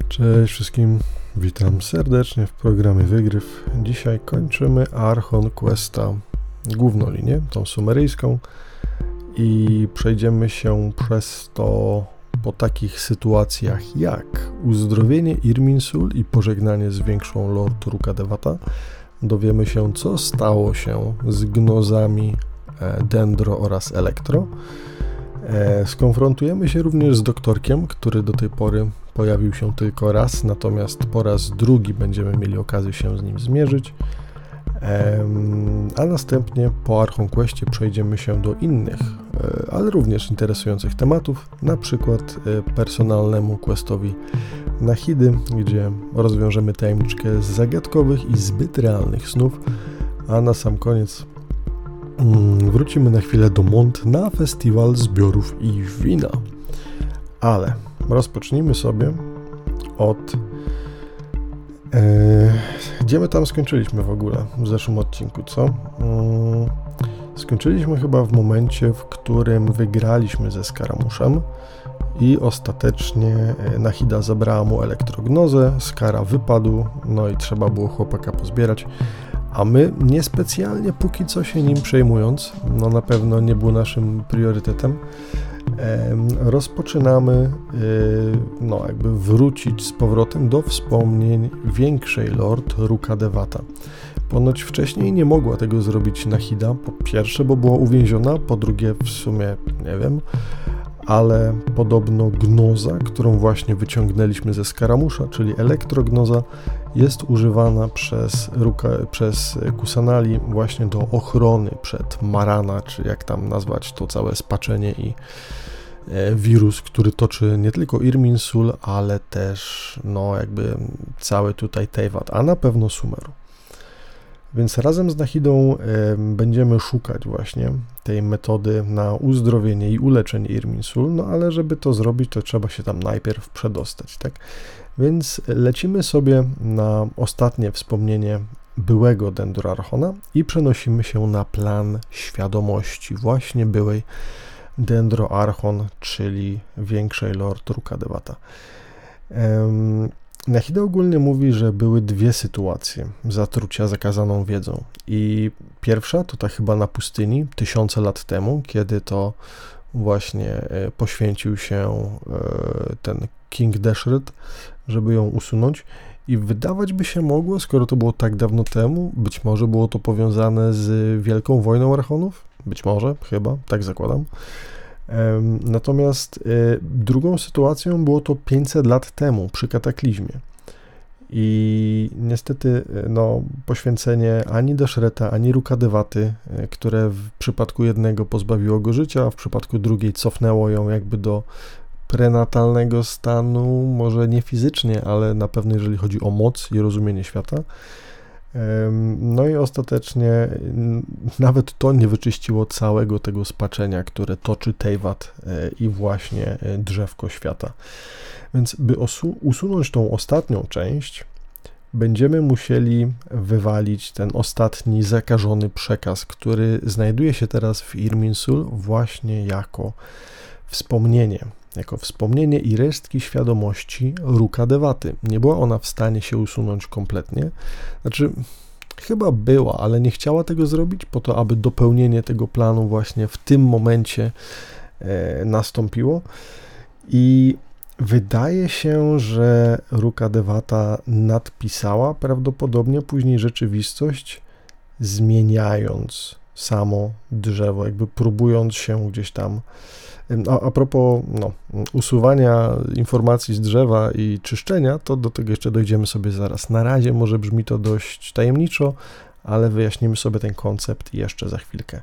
Cześć wszystkim, witam serdecznie w programie Wygryw. Dzisiaj kończymy Archon Questa, główną linię, tą sumeryjską, i przejdziemy się przez to po takich sytuacjach jak uzdrowienie Irminsul i pożegnanie z większą Lord Rukkhadevata. Dowiemy się, co stało się z gnozami Dendro oraz Elektro. Skonfrontujemy się również z doktorkiem, który do tej pory pojawił się tylko raz, natomiast po raz drugi będziemy mieli okazję się z nim zmierzyć. A następnie po Archon Questie przejdziemy się do innych, ale również interesujących tematów, na przykład personalnemu questowi Nahidy, gdzie rozwiążemy tajemniczkę z zagadkowych i zbyt realnych snów, a na sam koniec wrócimy na chwilę do Mont na festiwal zbiorów i wina. Ale rozpocznijmy sobie od... gdzie my tam skończyliśmy w ogóle w zeszłym odcinku, co? Skończyliśmy chyba w momencie, w którym wygraliśmy ze Skaramuszem i ostatecznie Nahida zabrała mu elektrognozę, Skara wypadł, no i trzeba było chłopaka pozbierać. A my niespecjalnie póki co się nim przejmując, no na pewno nie był naszym priorytetem, rozpoczynamy jakby wrócić z powrotem do wspomnień większej Lord Rukkhadevata. Ponoć wcześniej nie mogła tego zrobić Nahida, po pierwsze, bo była uwięziona, po drugie w sumie nie wiem, ale podobno gnoza, którą właśnie wyciągnęliśmy ze Skaramusza, czyli elektrognoza, jest używana przez Kusanali właśnie do ochrony przed Marana, czy jak tam nazwać to całe spaczenie i wirus, który toczy nie tylko Irminsul, ale też jakby cały tutaj Teyvat, a na pewno Sumeru. Więc razem z Nahidą będziemy szukać właśnie tej metody na uzdrowienie i uleczenie Irminsul, ale żeby to zrobić, to trzeba się tam najpierw przedostać, tak? Więc lecimy sobie na ostatnie wspomnienie byłego Dendro Archona i przenosimy się na plan świadomości właśnie byłej Dendro Archon, czyli większej Lord Rukkhadevata. Nahida ogólnie mówi, że były dwie sytuacje zatrucia zakazaną wiedzą i pierwsza to ta chyba na pustyni tysiące lat temu, kiedy to właśnie poświęcił się ten King Deshret, żeby ją usunąć, i wydawać by się mogło, skoro to było tak dawno temu, być może było to powiązane z Wielką Wojną Archonów, być może, chyba, tak zakładam. Natomiast drugą sytuacją było to 500 lat temu przy kataklizmie i niestety poświęcenie ani Deshreta, ani Rukkhadevaty, które w przypadku jednego pozbawiło go życia, a w przypadku drugiej cofnęło ją jakby do prenatalnego stanu, może nie fizycznie, ale na pewno jeżeli chodzi o moc i rozumienie świata. No i ostatecznie nawet to nie wyczyściło całego tego spaczenia, które toczy Teyvat i właśnie drzewko świata. Więc by usunąć tą ostatnią część, będziemy musieli wywalić ten ostatni zakażony przekaz, który znajduje się teraz w Irminsul właśnie jako wspomnienie i resztki świadomości Rukkhadevaty. Nie była ona w stanie się usunąć kompletnie. Znaczy, chyba była, ale nie chciała tego zrobić po to, aby dopełnienie tego planu właśnie w tym momencie nastąpiło. I wydaje się, że Rukkhadevata nadpisała prawdopodobnie później rzeczywistość, zmieniając samo drzewo, jakby próbując się gdzieś tam. A propos usuwania informacji z drzewa i czyszczenia, to do tego jeszcze dojdziemy sobie zaraz. Na razie może brzmi to dość tajemniczo, ale wyjaśnimy sobie ten koncept jeszcze za chwilkę.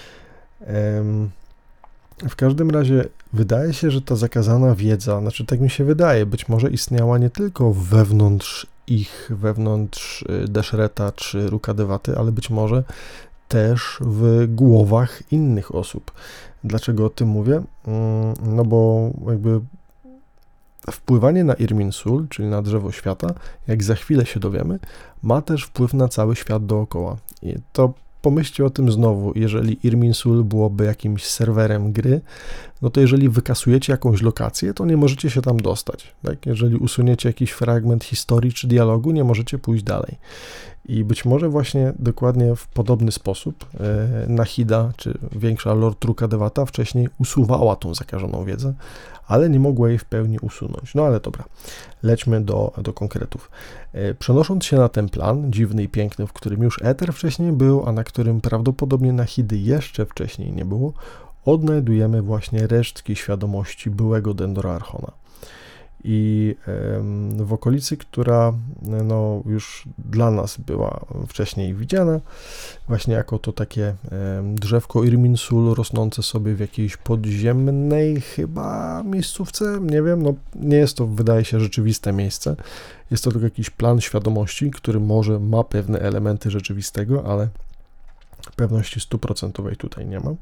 W każdym razie wydaje się, że ta zakazana wiedza, znaczy tak mi się wydaje, być może istniała nie tylko wewnątrz Deshreta czy Rukkhadevaty, ale być może też w głowach innych osób. Dlaczego o tym mówię? No bo jakby wpływanie na Irminsul, czyli na drzewo świata, jak za chwilę się dowiemy, ma też wpływ na cały świat dookoła. I to pomyślcie o tym znowu, jeżeli Irminsul byłoby jakimś serwerem gry, no to jeżeli wykasujecie jakąś lokację, to nie możecie się tam dostać, tak? Jeżeli usuniecie jakiś fragment historii czy dialogu, nie możecie pójść dalej. I być może właśnie dokładnie w podobny sposób Nahida, czy większa Lord Rukkhadevata wcześniej usuwała tą zakażoną wiedzę, ale nie mogła jej w pełni usunąć. No ale dobra, lećmy do konkretów. Przenosząc się na ten plan, dziwny i piękny, w którym już Eter wcześniej był, a na którym prawdopodobnie Nahidy jeszcze wcześniej nie było, odnajdujemy właśnie resztki świadomości byłego Dendroarchona. I w okolicy, która no, już dla nas była wcześniej widziana, właśnie jako to takie drzewko Irminsul rosnące sobie w jakiejś podziemnej chyba miejscówce, nie wiem, no nie jest to, wydaje się, rzeczywiste miejsce, jest to tylko jakiś plan świadomości, który może ma pewne elementy rzeczywistego, ale pewności 100% tutaj nie ma.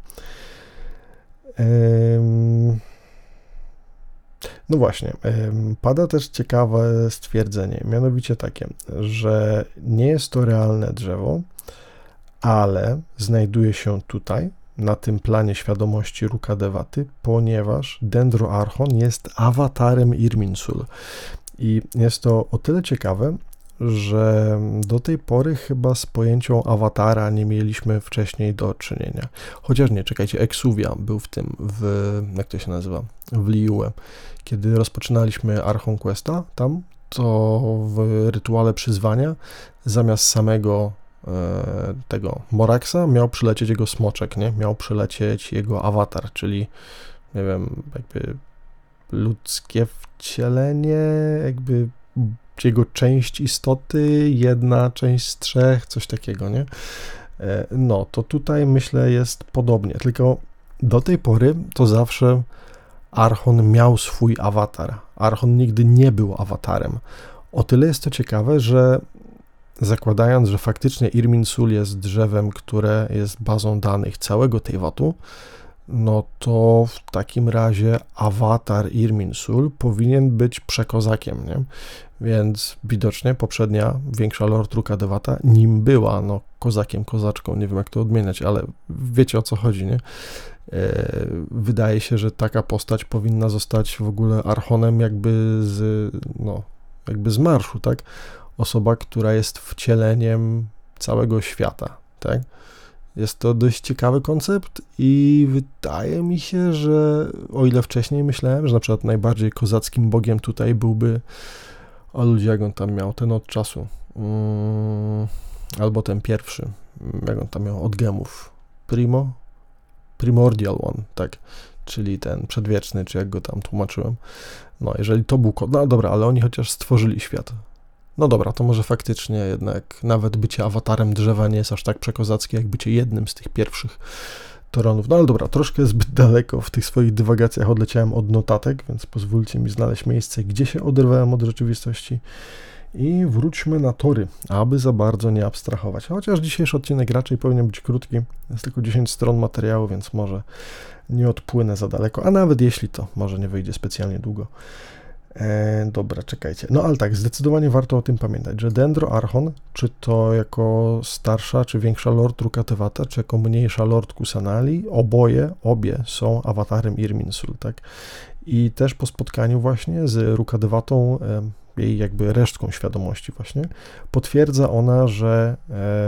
No właśnie, pada też ciekawe stwierdzenie, mianowicie takie, że nie jest to realne drzewo, ale znajduje się tutaj, na tym planie świadomości Rukhadevaty, ponieważ Dendroarchon jest awatarem Irminsul. I jest to o tyle ciekawe, że do tej pory chyba z pojęciem awatara nie mieliśmy wcześniej do czynienia. Chociaż nie, czekajcie, Exuvia był w tym, jak to się nazywa, w Liyue. Kiedy rozpoczynaliśmy Archon Questa tam, to w rytuale przyzwania zamiast samego tego Moraxa miał przylecieć jego smoczek, nie? Miał przylecieć jego awatar, czyli nie wiem, jakby ludzkie wcielenie, jakby jego część istoty, jedna część z trzech, coś takiego, nie? No, to tutaj myślę jest podobnie, tylko do tej pory to zawsze Archon miał swój awatar. Archon nigdy nie był awatarem. O tyle jest to ciekawe, że zakładając, że faktycznie Irminsul jest drzewem, które jest bazą danych całego Teyvatu, no to w takim razie awatar Irminsul powinien być przekozakiem, nie? Więc widocznie poprzednia, większa Lord Rukkhadevata nim była, no kozakiem, kozaczką, nie wiem jak to odmieniać, ale wiecie o co chodzi, nie? Wydaje się, że taka postać powinna zostać w ogóle archonem jakby z marszu, tak? Osoba, która jest wcieleniem całego świata, tak? Jest to dość ciekawy koncept i wydaje mi się, że o ile wcześniej myślałem, że na przykład najbardziej kozackim bogiem tutaj byłby, o ludzie, jak on tam miał, ten od czasu, albo ten pierwszy, jak on tam miał, od gemów, Primordial One, tak, czyli ten przedwieczny, czy jak go tam tłumaczyłem. No, jeżeli to był, no dobra, ale oni chociaż stworzyli świat. No dobra, to może faktycznie jednak nawet bycie awatarem drzewa nie jest aż tak przekozackie, jak bycie jednym z tych pierwszych Toronów. No ale dobra, troszkę zbyt daleko w tych swoich dywagacjach odleciałem od notatek, więc pozwólcie mi znaleźć miejsce, gdzie się oderwałem od rzeczywistości i wróćmy na tory, aby za bardzo nie abstrahować. Chociaż dzisiejszy odcinek raczej powinien być krótki, jest tylko 10 stron materiału, więc może nie odpłynę za daleko, a nawet jeśli to, może nie wyjdzie specjalnie długo. Dobra, czekajcie. No ale tak, zdecydowanie warto o tym pamiętać, że Dendroarchon, czy to jako starsza, czy większa Lord Rukkhadevata, czy jako mniejsza Lord Kusanali, obie są awatarem Irminsul, tak? I też po spotkaniu właśnie z Rukhadevatą, jej jakby resztką świadomości właśnie, potwierdza ona, że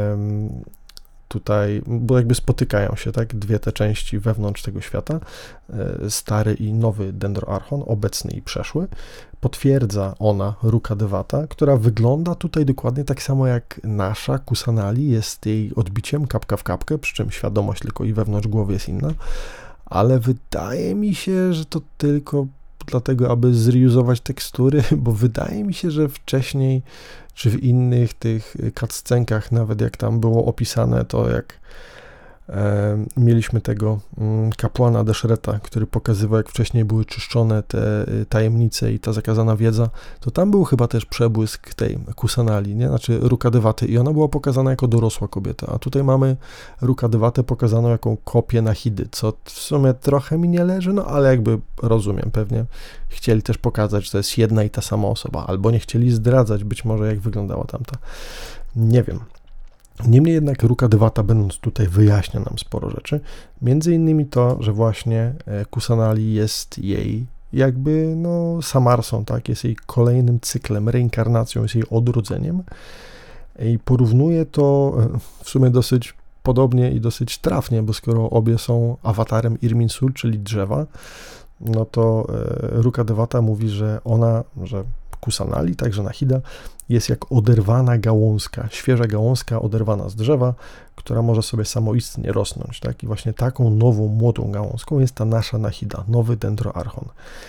tutaj, bo jakby spotykają się, tak, dwie te części wewnątrz tego świata, stary i nowy Dendroarchon, obecny i przeszły, potwierdza ona Rukkhadevata, która wygląda tutaj dokładnie tak samo jak nasza Kusanali, jest jej odbiciem, kapka w kapkę, przy czym świadomość tylko i wewnątrz głowy jest inna, ale wydaje mi się, że to tylko dlatego, aby zreuzować tekstury, bo wydaje mi się, że wcześniej, czy w innych tych cutscenkach, nawet jak tam było opisane to, jak mieliśmy tego kapłana Deshreta, który pokazywał, jak wcześniej były czyszczone te tajemnice i ta zakazana wiedza, to tam był chyba też przebłysk tej Kusanali, nie? Znaczy Rukhadevaty i ona była pokazana jako dorosła kobieta, a tutaj mamy Rukhadevatę pokazaną jako kopię Nahidy, co w sumie trochę mi nie leży, no ale jakby rozumiem, pewnie chcieli też pokazać, że to jest jedna i ta sama osoba, albo nie chcieli zdradzać być może jak wyglądała tamta, nie wiem. Niemniej jednak Ruka Devata, będąc tutaj, wyjaśnia nam sporo rzeczy. Między innymi to, że właśnie Kusanali jest jej jakby samarsą, tak? Jest jej kolejnym cyklem, reinkarnacją, jest jej odrodzeniem. I porównuje to w sumie dosyć podobnie i dosyć trafnie, bo skoro obie są awatarem Irminsul, czyli drzewa, no to Ruka Devata mówi, że Kusanali, także Nahida, jest jak oderwana gałązka, świeża gałązka oderwana z drzewa, która może sobie samoistnie rosnąć, tak? I właśnie taką nową, młodą gałązką jest ta nasza Nahida, nowy dendroarchon.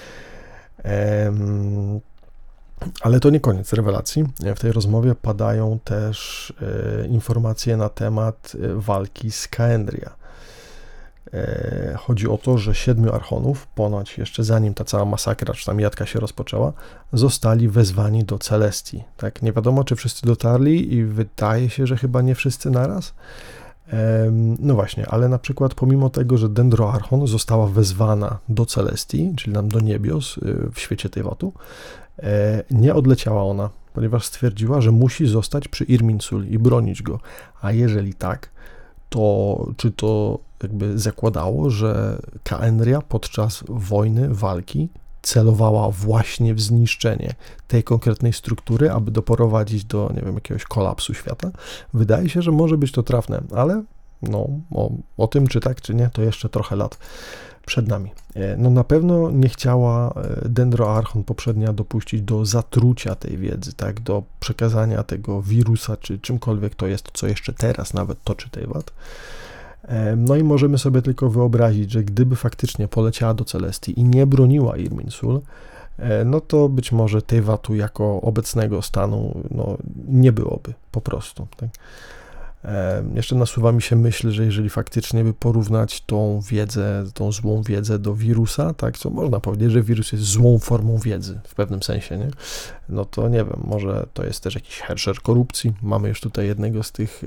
Ale to nie koniec rewelacji. W tej rozmowie padają też informacje na temat walki z Khaenri'ah. Chodzi o to, że 7 archonów, ponoć jeszcze zanim ta cała masakra, czy tam jadka się rozpoczęła, zostali wezwani do Celestii. Tak, nie wiadomo, czy wszyscy dotarli i wydaje się, że chyba nie wszyscy naraz. No właśnie, ale na przykład pomimo tego, że Dendroarchon została wezwana do Celestii, czyli nam do niebios w świecie Teyvatu, nie odleciała ona, ponieważ stwierdziła, że musi zostać przy Irminsul i bronić go. A jeżeli tak, to czy to jakby zakładało, że Khaenri'ah podczas wojny, walki celowała właśnie w zniszczenie tej konkretnej struktury, aby doprowadzić do, nie wiem, jakiegoś kolapsu świata? Wydaje się, że może być to trafne, ale o tym, czy tak, czy nie, to jeszcze trochę lat przed nami. Na pewno nie chciała Dendroarchon poprzednia dopuścić do zatrucia tej wiedzy, tak, do przekazania tego wirusa, czy czymkolwiek to jest, co jeszcze teraz nawet toczy Teyvat. No i możemy sobie tylko wyobrazić, że gdyby faktycznie poleciała do Celestii i nie broniła Irminsul, no to być może Teyvatu jako obecnego stanu nie byłoby po prostu. Tak? Jeszcze nasuwa mi się myśl, że jeżeli faktycznie by porównać tą wiedzę, tą złą wiedzę do wirusa, tak, co można powiedzieć, że wirus jest złą formą wiedzy w pewnym sensie, nie? No to nie wiem, może to jest też jakiś herscher korupcji. Mamy już tutaj jednego z tych,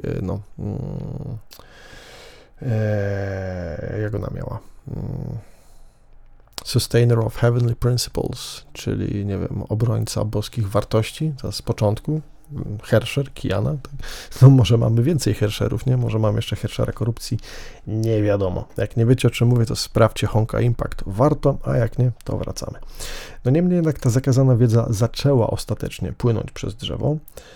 jak ona miała? Sustainer of Heavenly Principles, czyli, nie wiem, obrońca boskich wartości, to z początku, herscher, Kiana, tak? No może mamy więcej herscherów, nie? Może mamy jeszcze herschera korupcji, nie wiadomo. Jak nie wiecie, o czym mówię, to sprawdźcie Honka Impact, warto, a jak nie, to wracamy. No niemniej jednak ta zakazana wiedza zaczęła ostatecznie płynąć przez drzewo,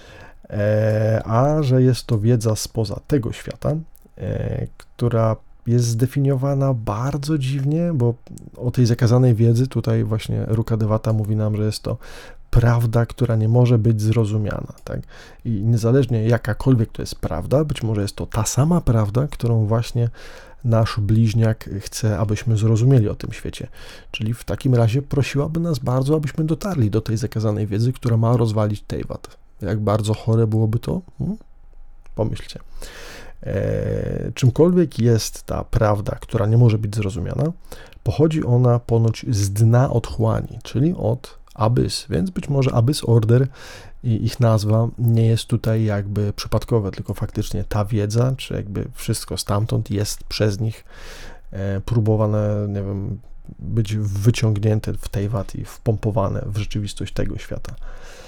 a że jest to wiedza spoza tego świata, która jest zdefiniowana bardzo dziwnie, bo o tej zakazanej wiedzy tutaj właśnie Ruka Devata mówi nam, że jest to prawda, która nie może być zrozumiana, tak? I niezależnie jakakolwiek to jest prawda, być może jest to ta sama prawda, którą właśnie nasz bliźniak chce, abyśmy zrozumieli o tym świecie. Czyli w takim razie prosiłaby nas bardzo, abyśmy dotarli do tej zakazanej wiedzy, która ma rozwalić Teyvat. Jak bardzo chore byłoby to? Pomyślcie. Czymkolwiek jest ta prawda, która nie może być zrozumiana, pochodzi ona ponoć z dna otchłani, czyli od Abyss, więc być może Abyss Order i ich nazwa nie jest tutaj jakby przypadkowe, tylko faktycznie ta wiedza, czy jakby wszystko stamtąd jest przez nich próbowane, nie wiem, być wyciągnięte w Teyvat i wpompowane w rzeczywistość tego świata.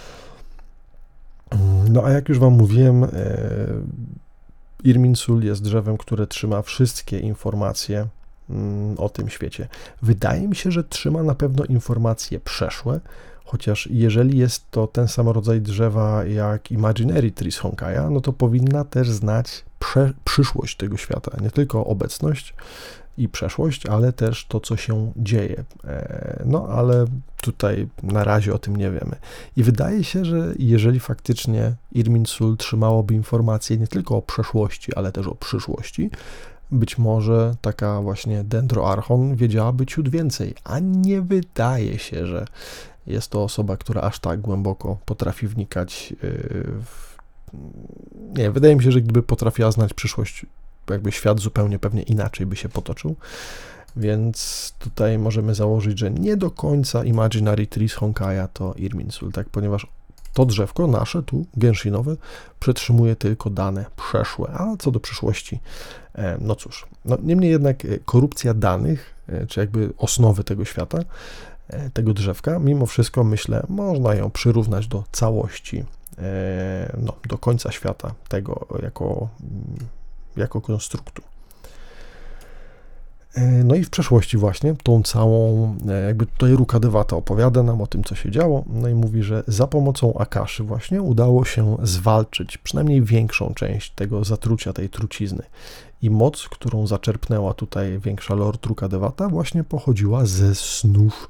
No a jak już wam mówiłem, Irminsul jest drzewem, które trzyma wszystkie informacje o tym świecie. Wydaje mi się, że trzyma na pewno informacje przeszłe, chociaż jeżeli jest to ten sam rodzaj drzewa jak Imaginary Trees Honkaja, no to powinna też znać przyszłość tego świata, nie tylko obecność i przeszłość, ale też to, co się dzieje. No, ale tutaj na razie o tym nie wiemy. I wydaje się, że jeżeli faktycznie Irminsul trzymałoby informacje nie tylko o przeszłości, ale też o przyszłości, być może taka właśnie Dendroarchon wiedziałaby ciut więcej, a nie wydaje się, że jest to osoba, która aż tak głęboko potrafi wnikać Nie, wydaje mi się, że gdyby potrafiła znać przyszłość, jakby świat zupełnie pewnie inaczej by się potoczył, więc tutaj możemy założyć, że nie do końca Imaginary Trees Honkaja to Irminsul, tak, ponieważ to drzewko nasze tu, Genshinowe, przetrzymuje tylko dane przeszłe, a co do przyszłości, no cóż. No, niemniej jednak korupcja danych, czy jakby osnowy tego świata, tego drzewka, mimo wszystko myślę, można ją przyrównać do całości do końca świata tego jako konstruktu. No i w przeszłości właśnie tą całą, jakby tutaj Ruka Devata opowiada nam o tym, co się działo, no i mówi, że za pomocą Akaszy właśnie udało się zwalczyć przynajmniej większą część tego zatrucia, tej trucizny. I moc, którą zaczerpnęła tutaj większa Lord Ruka Devata, właśnie pochodziła ze snów.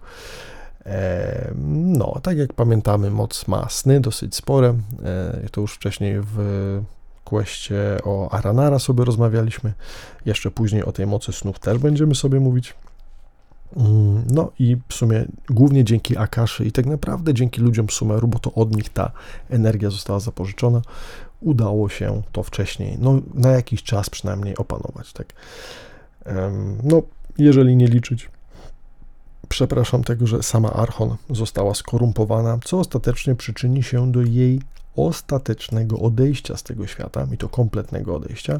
No, tak jak pamiętamy, moc ma sny dosyć spore, to już wcześniej w questie o Aranara sobie rozmawialiśmy, jeszcze później o tej mocy snów też będziemy sobie mówić. No i w sumie głównie dzięki Akaszy i tak naprawdę dzięki ludziom Sumeru, bo to od nich ta energia została zapożyczona, udało się to wcześniej, no na jakiś czas przynajmniej opanować, tak. No, jeżeli nie liczyć, tego, że sama Archon została skorumpowana, co ostatecznie przyczyni się do jej ostatecznego odejścia z tego świata, i to kompletnego odejścia.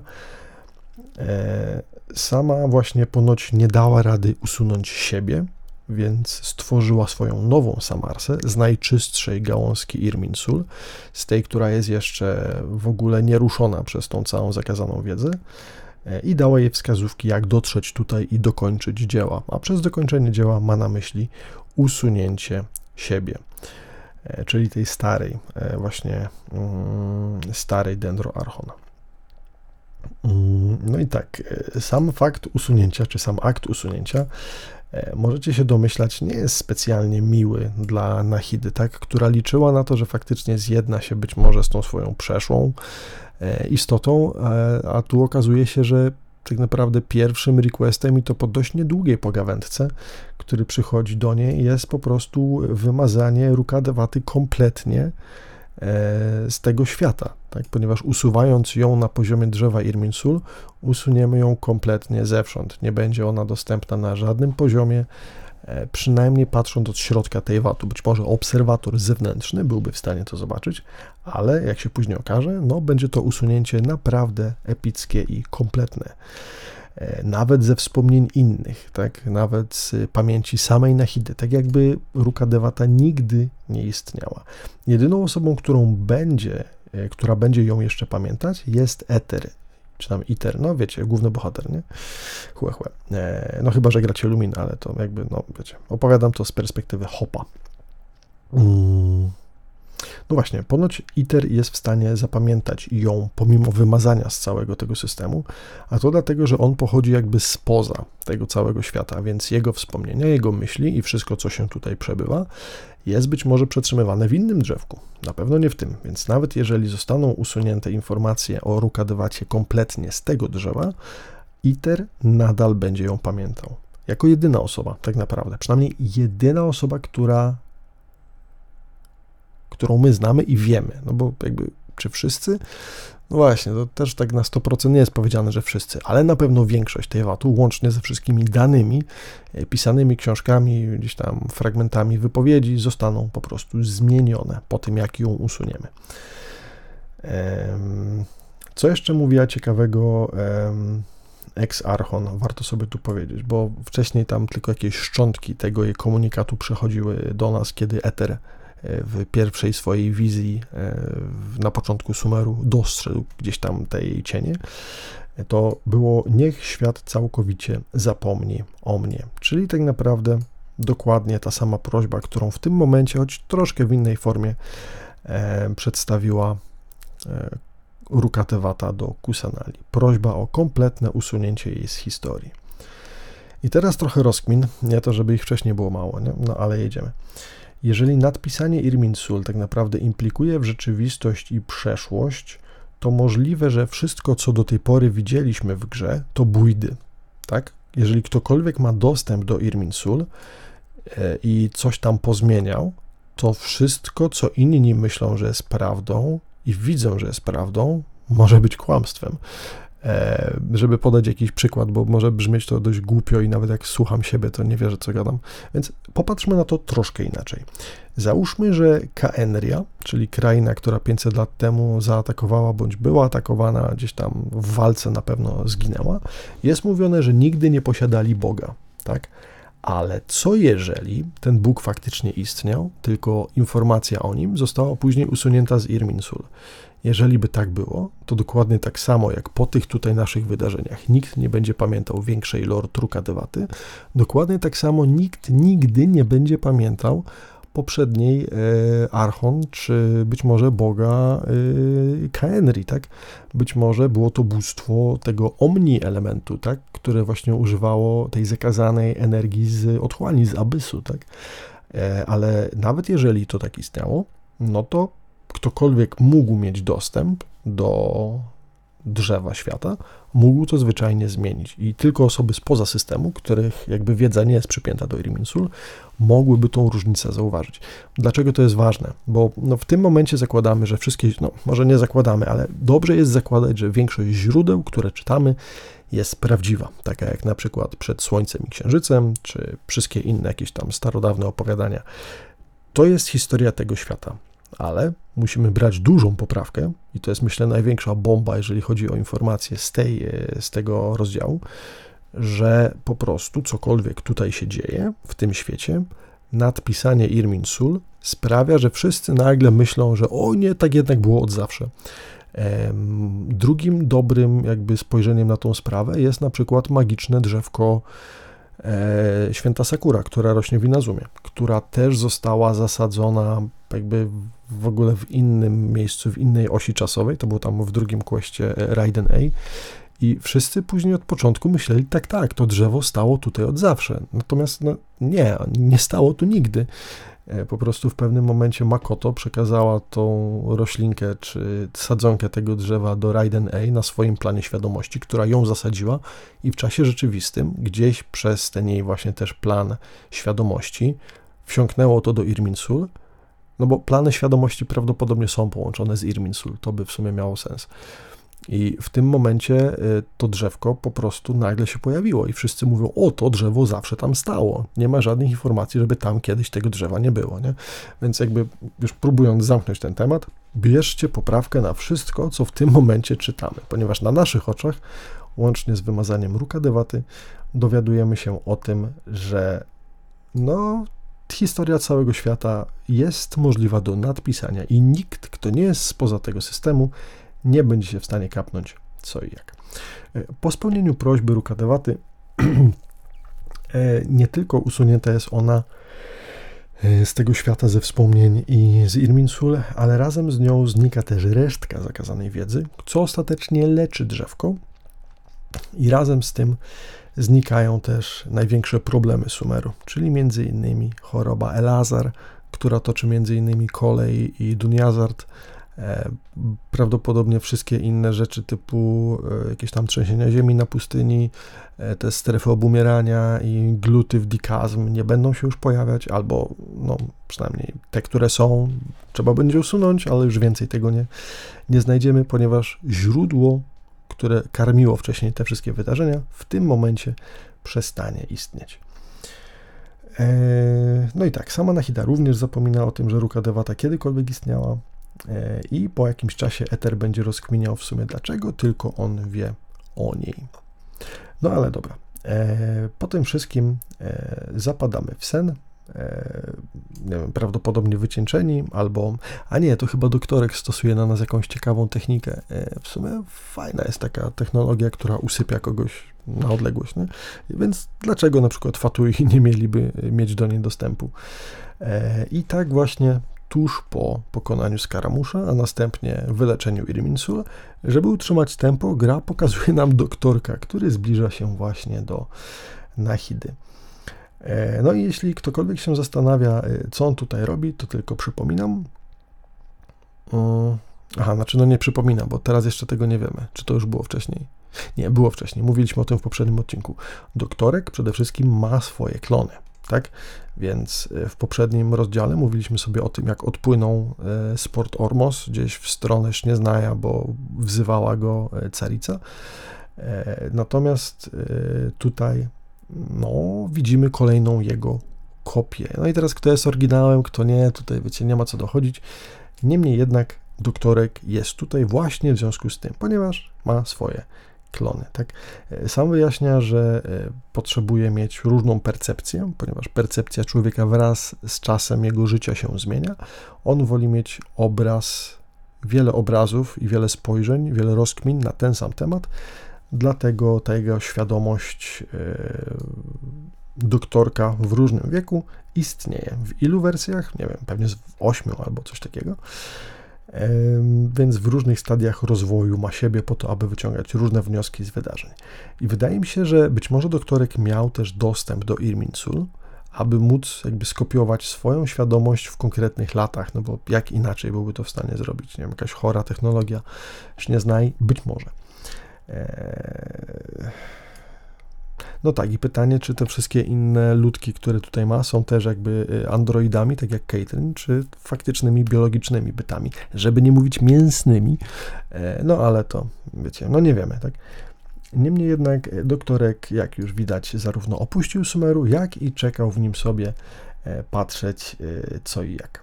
Sama właśnie ponoć nie dała rady usunąć siebie, więc stworzyła swoją nową Samarsę z najczystszej gałązki Irminsul, z tej, która jest jeszcze w ogóle nieruszona przez tą całą zakazaną wiedzę, i dała jej wskazówki, jak dotrzeć tutaj i dokończyć dzieła. A przez dokończenie dzieła ma na myśli usunięcie siebie, czyli tej starej, właśnie starej Dendroarchona. No i tak, sam fakt usunięcia, czy sam akt usunięcia, możecie się domyślać, nie jest specjalnie miły dla Nahidy, tak, która liczyła na to, że faktycznie zjedna się być może z tą swoją przeszłą istotą, a tu okazuje się, że tak naprawdę pierwszym requestem, i to po dość niedługiej pogawędce, który przychodzi do niej, jest po prostu wymazanie Ruka Devaty kompletnie z tego świata, tak? Ponieważ usuwając ją na poziomie drzewa Irminsul, usuniemy ją kompletnie zewsząd. Nie będzie ona dostępna na żadnym poziomie, przynajmniej patrząc od środka Teyvatu. Być może obserwator zewnętrzny byłby w stanie to zobaczyć, ale jak się później okaże, no będzie to usunięcie naprawdę epickie i kompletne. Nawet ze wspomnień innych, tak, nawet z pamięci samej Nahidy, tak jakby Ruka Devata nigdy nie istniała. Jedyną osobą, która będzie ją jeszcze pamiętać, jest Eter, czy tam Iter, no wiecie, główny bohater, nie? No chyba, że gracie Lumin, ale to jakby, no wiecie, opowiadam to z perspektywy Hopa. No właśnie, ponoć Iter jest w stanie zapamiętać ją pomimo wymazania z całego tego systemu, a to dlatego, że on pochodzi jakby spoza tego całego świata, więc jego wspomnienia, jego myśli i wszystko, co się tutaj przebywa, jest być może przetrzymywane w innym drzewku, na pewno nie w tym, więc nawet jeżeli zostaną usunięte informacje o Ruka Devacie kompletnie z tego drzewa, Iter nadal będzie ją pamiętał. Jako jedyna osoba, tak naprawdę, przynajmniej jedyna osoba, którą my znamy i wiemy, no bo jakby, czy wszyscy? No właśnie, to też tak na 100% nie jest powiedziane, że wszyscy, ale na pewno większość Teyvatu, łącznie ze wszystkimi danymi, pisanymi książkami, gdzieś tam fragmentami wypowiedzi, zostaną po prostu zmienione po tym, jak ją usuniemy. Co jeszcze mówiła ciekawego ex-Archon, warto sobie tu powiedzieć, bo wcześniej tam tylko jakieś szczątki tego jej komunikatu przechodziły do nas, kiedy Eter w pierwszej swojej wizji na początku Sumeru dostrzegł gdzieś tam te jej cienie, to było: niech świat całkowicie zapomni o mnie. Czyli tak naprawdę dokładnie ta sama prośba, którą w tym momencie, choć troszkę w innej formie, przedstawiła Ruka Devata do Kusanali. Prośba o kompletne usunięcie jej z historii. I teraz trochę rozkmin, nie to, żeby ich wcześniej było mało, nie? No ale jedziemy. Jeżeli nadpisanie Irminsul tak naprawdę implikuje w rzeczywistość i przeszłość, to możliwe, że wszystko, co do tej pory widzieliśmy w grze, to bójdy, tak? Jeżeli ktokolwiek ma dostęp do Irminsul i coś tam pozmieniał, to wszystko, co inni myślą, że jest prawdą i widzą, że jest prawdą, może być kłamstwem. Żeby podać jakiś przykład, bo może brzmieć to dość głupio i nawet jak słucham siebie, to nie wierzę, co gadam. Więc popatrzmy na to troszkę inaczej. Załóżmy, że Khaenria, czyli kraina, która 500 lat temu zaatakowała, bądź była atakowana, gdzieś tam w walce na pewno zginęła, jest mówione, że nigdy nie posiadali Boga, tak? Ale co jeżeli ten Bóg faktycznie istniał, tylko informacja o nim została później usunięta z Irminsul? Jeżeli by tak było, to dokładnie tak samo jak po tych tutaj naszych wydarzeniach nikt nie będzie pamiętał większej lore Trukadewaty, dokładnie tak samo nikt nigdy nie będzie pamiętał poprzedniej Archon, czy być może Boga Khaenri, tak? Być może było to bóstwo tego omni-elementu, tak? Które właśnie używało tej zakazanej energii z otchłani, z abysu, tak? Ale nawet jeżeli to tak istniało, no to ktokolwiek mógł mieć dostęp do drzewa świata, mógł to zwyczajnie zmienić i tylko osoby spoza systemu, których jakby wiedza nie jest przypięta do Irminsul, mogłyby tą różnicę zauważyć. Dlaczego to jest ważne? Bo w tym momencie zakładamy, że wszystkie, może nie zakładamy, ale dobrze jest zakładać, że większość źródeł, które czytamy, jest prawdziwa, taka jak na przykład Przed Słońcem i Księżycem, czy wszystkie inne jakieś tam starodawne opowiadania. To jest historia tego świata. Ale musimy brać dużą poprawkę i to jest, myślę, największa bomba, jeżeli chodzi o informacje z tego rozdziału, że po prostu cokolwiek tutaj się dzieje w tym świecie, nadpisanie Irminsul sprawia, że wszyscy nagle myślą, że o nie, tak jednak było od zawsze. Drugim dobrym jakby spojrzeniem na tą sprawę jest na przykład magiczne drzewko Święta Sakura, która rośnie w Inazumie, która też została zasadzona jakby w ogóle w innym miejscu, w innej osi czasowej, to było tam w drugim questie Raiden A i wszyscy później od początku myśleli, tak, to drzewo stało tutaj od zawsze, natomiast nie stało tu nigdy. Po prostu w pewnym momencie Makoto przekazała tą roślinkę czy sadzonkę tego drzewa do Raiden A na swoim planie świadomości, która ją zasadziła i w czasie rzeczywistym gdzieś przez ten jej właśnie też plan świadomości wsiąknęło to do Irminsul, no bo plany świadomości prawdopodobnie są połączone z Irminsul, to by w sumie miało sens. I w tym momencie to drzewko po prostu nagle się pojawiło i wszyscy mówią, to drzewo zawsze tam stało. Nie ma żadnych informacji, żeby tam kiedyś tego drzewa nie było, nie? Więc jakby już próbując zamknąć ten temat, bierzcie poprawkę na wszystko, co w tym momencie czytamy, ponieważ na naszych oczach, łącznie z wymazaniem Rukadewaty, dowiadujemy się o tym, że historia całego świata jest możliwa do nadpisania i nikt, kto nie jest spoza tego systemu, nie będzie się w stanie kapnąć co i jak. Po spełnieniu prośby Rukadewaty nie tylko usunięta jest ona z tego świata ze wspomnień i z Irminsul, ale razem z nią znika też resztka zakazanej wiedzy, co ostatecznie leczy drzewko i razem z tym znikają też największe problemy Sumeru, czyli między innymi choroba Elazar, która toczy między innymi Kolej i Dunjazard, prawdopodobnie wszystkie inne rzeczy typu jakieś tam trzęsienia ziemi na pustyni, te strefy obumierania i gluty w dikazm nie będą się już pojawiać, albo przynajmniej te, które są, trzeba będzie usunąć, ale już więcej tego nie znajdziemy, ponieważ źródło, które karmiło wcześniej te wszystkie wydarzenia, w tym momencie przestanie istnieć. No i tak, sama Nahida również zapomina o tym, że Rukadewata kiedykolwiek istniała i po jakimś czasie Eter będzie rozkminiał w sumie dlaczego, tylko on wie o niej. No ale dobra, po tym wszystkim zapadamy w sen, nie wiem, prawdopodobnie wycieńczeni, albo, to chyba doktorek stosuje na nas jakąś ciekawą technikę. W sumie fajna jest taka technologia, która usypia kogoś na odległość, nie? Więc dlaczego na przykład Fatui nie mieliby mieć do niej dostępu? I tak właśnie tuż po pokonaniu Skaramusza, a następnie wyleczeniu Irminsul, żeby utrzymać tempo, gra pokazuje nam doktorka, który zbliża się właśnie do Nahidy. No i jeśli ktokolwiek się zastanawia, co on tutaj robi, to tylko przypominam. Nie przypominam, bo teraz jeszcze tego nie wiemy. Czy to już było wcześniej? Nie, było wcześniej. Mówiliśmy o tym w poprzednim odcinku. Doktorek przede wszystkim ma swoje klony, tak? Więc w poprzednim rozdziale mówiliśmy sobie o tym, jak odpłynął z Port Ormos gdzieś w stronę Śnieznaja, bo wzywała go carica. Natomiast tutaj widzimy kolejną jego kopię. No i teraz kto jest oryginałem, kto nie, tutaj wiecie, nie ma co dochodzić. Niemniej jednak doktorek jest tutaj właśnie w związku z tym, ponieważ ma swoje klony, tak? Sam wyjaśnia, że potrzebuje mieć różną percepcję, ponieważ percepcja człowieka wraz z czasem jego życia się zmienia. On woli mieć wiele obrazów i wiele spojrzeń, wiele rozkmin na ten sam temat, dlatego ta jego świadomość doktorka w różnym wieku istnieje. W ilu wersjach? Nie wiem, pewnie w 8 albo coś takiego. Więc w różnych stadiach rozwoju ma siebie po to, aby wyciągać różne wnioski z wydarzeń. I wydaje mi się, że być może doktorek miał też dostęp do Irminsul, aby móc jakby skopiować swoją świadomość w konkretnych latach, no bo jak inaczej byłby to w stanie zrobić? Nie wiem, jakaś chora technologia, już nie znaj, być może. No tak, i pytanie, czy te wszystkie inne ludki, które tutaj ma, są też jakby androidami, tak jak Caitlin, czy faktycznymi biologicznymi bytami, żeby nie mówić mięsnymi, no ale to, wiecie, no nie wiemy, tak? Niemniej jednak doktorek, jak już widać, zarówno opuścił Sumeru, jak i czekał w nim sobie patrzeć co i jak.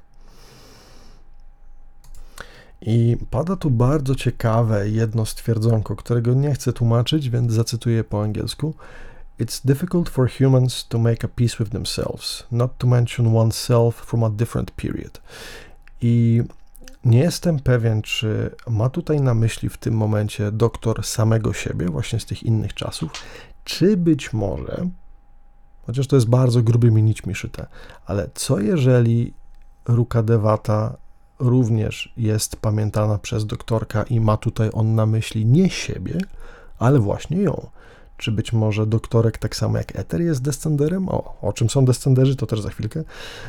I pada tu bardzo ciekawe jedno stwierdzonko, którego nie chcę tłumaczyć, więc zacytuję po angielsku. It's difficult for humans to make a peace with themselves, not to mention oneself from a different period. I nie jestem pewien, czy ma tutaj na myśli w tym momencie doktor samego siebie, właśnie z tych innych czasów, czy być może, chociaż to jest bardzo grubymi nićmi szyte, ale co jeżeli Ruka Devata również jest pamiętana przez doktorka i ma tutaj on na myśli nie siebie, ale właśnie ją. Czy być może doktorek, tak samo jak Eter, jest descenderem? O czym są descenderzy, to też za chwilkę.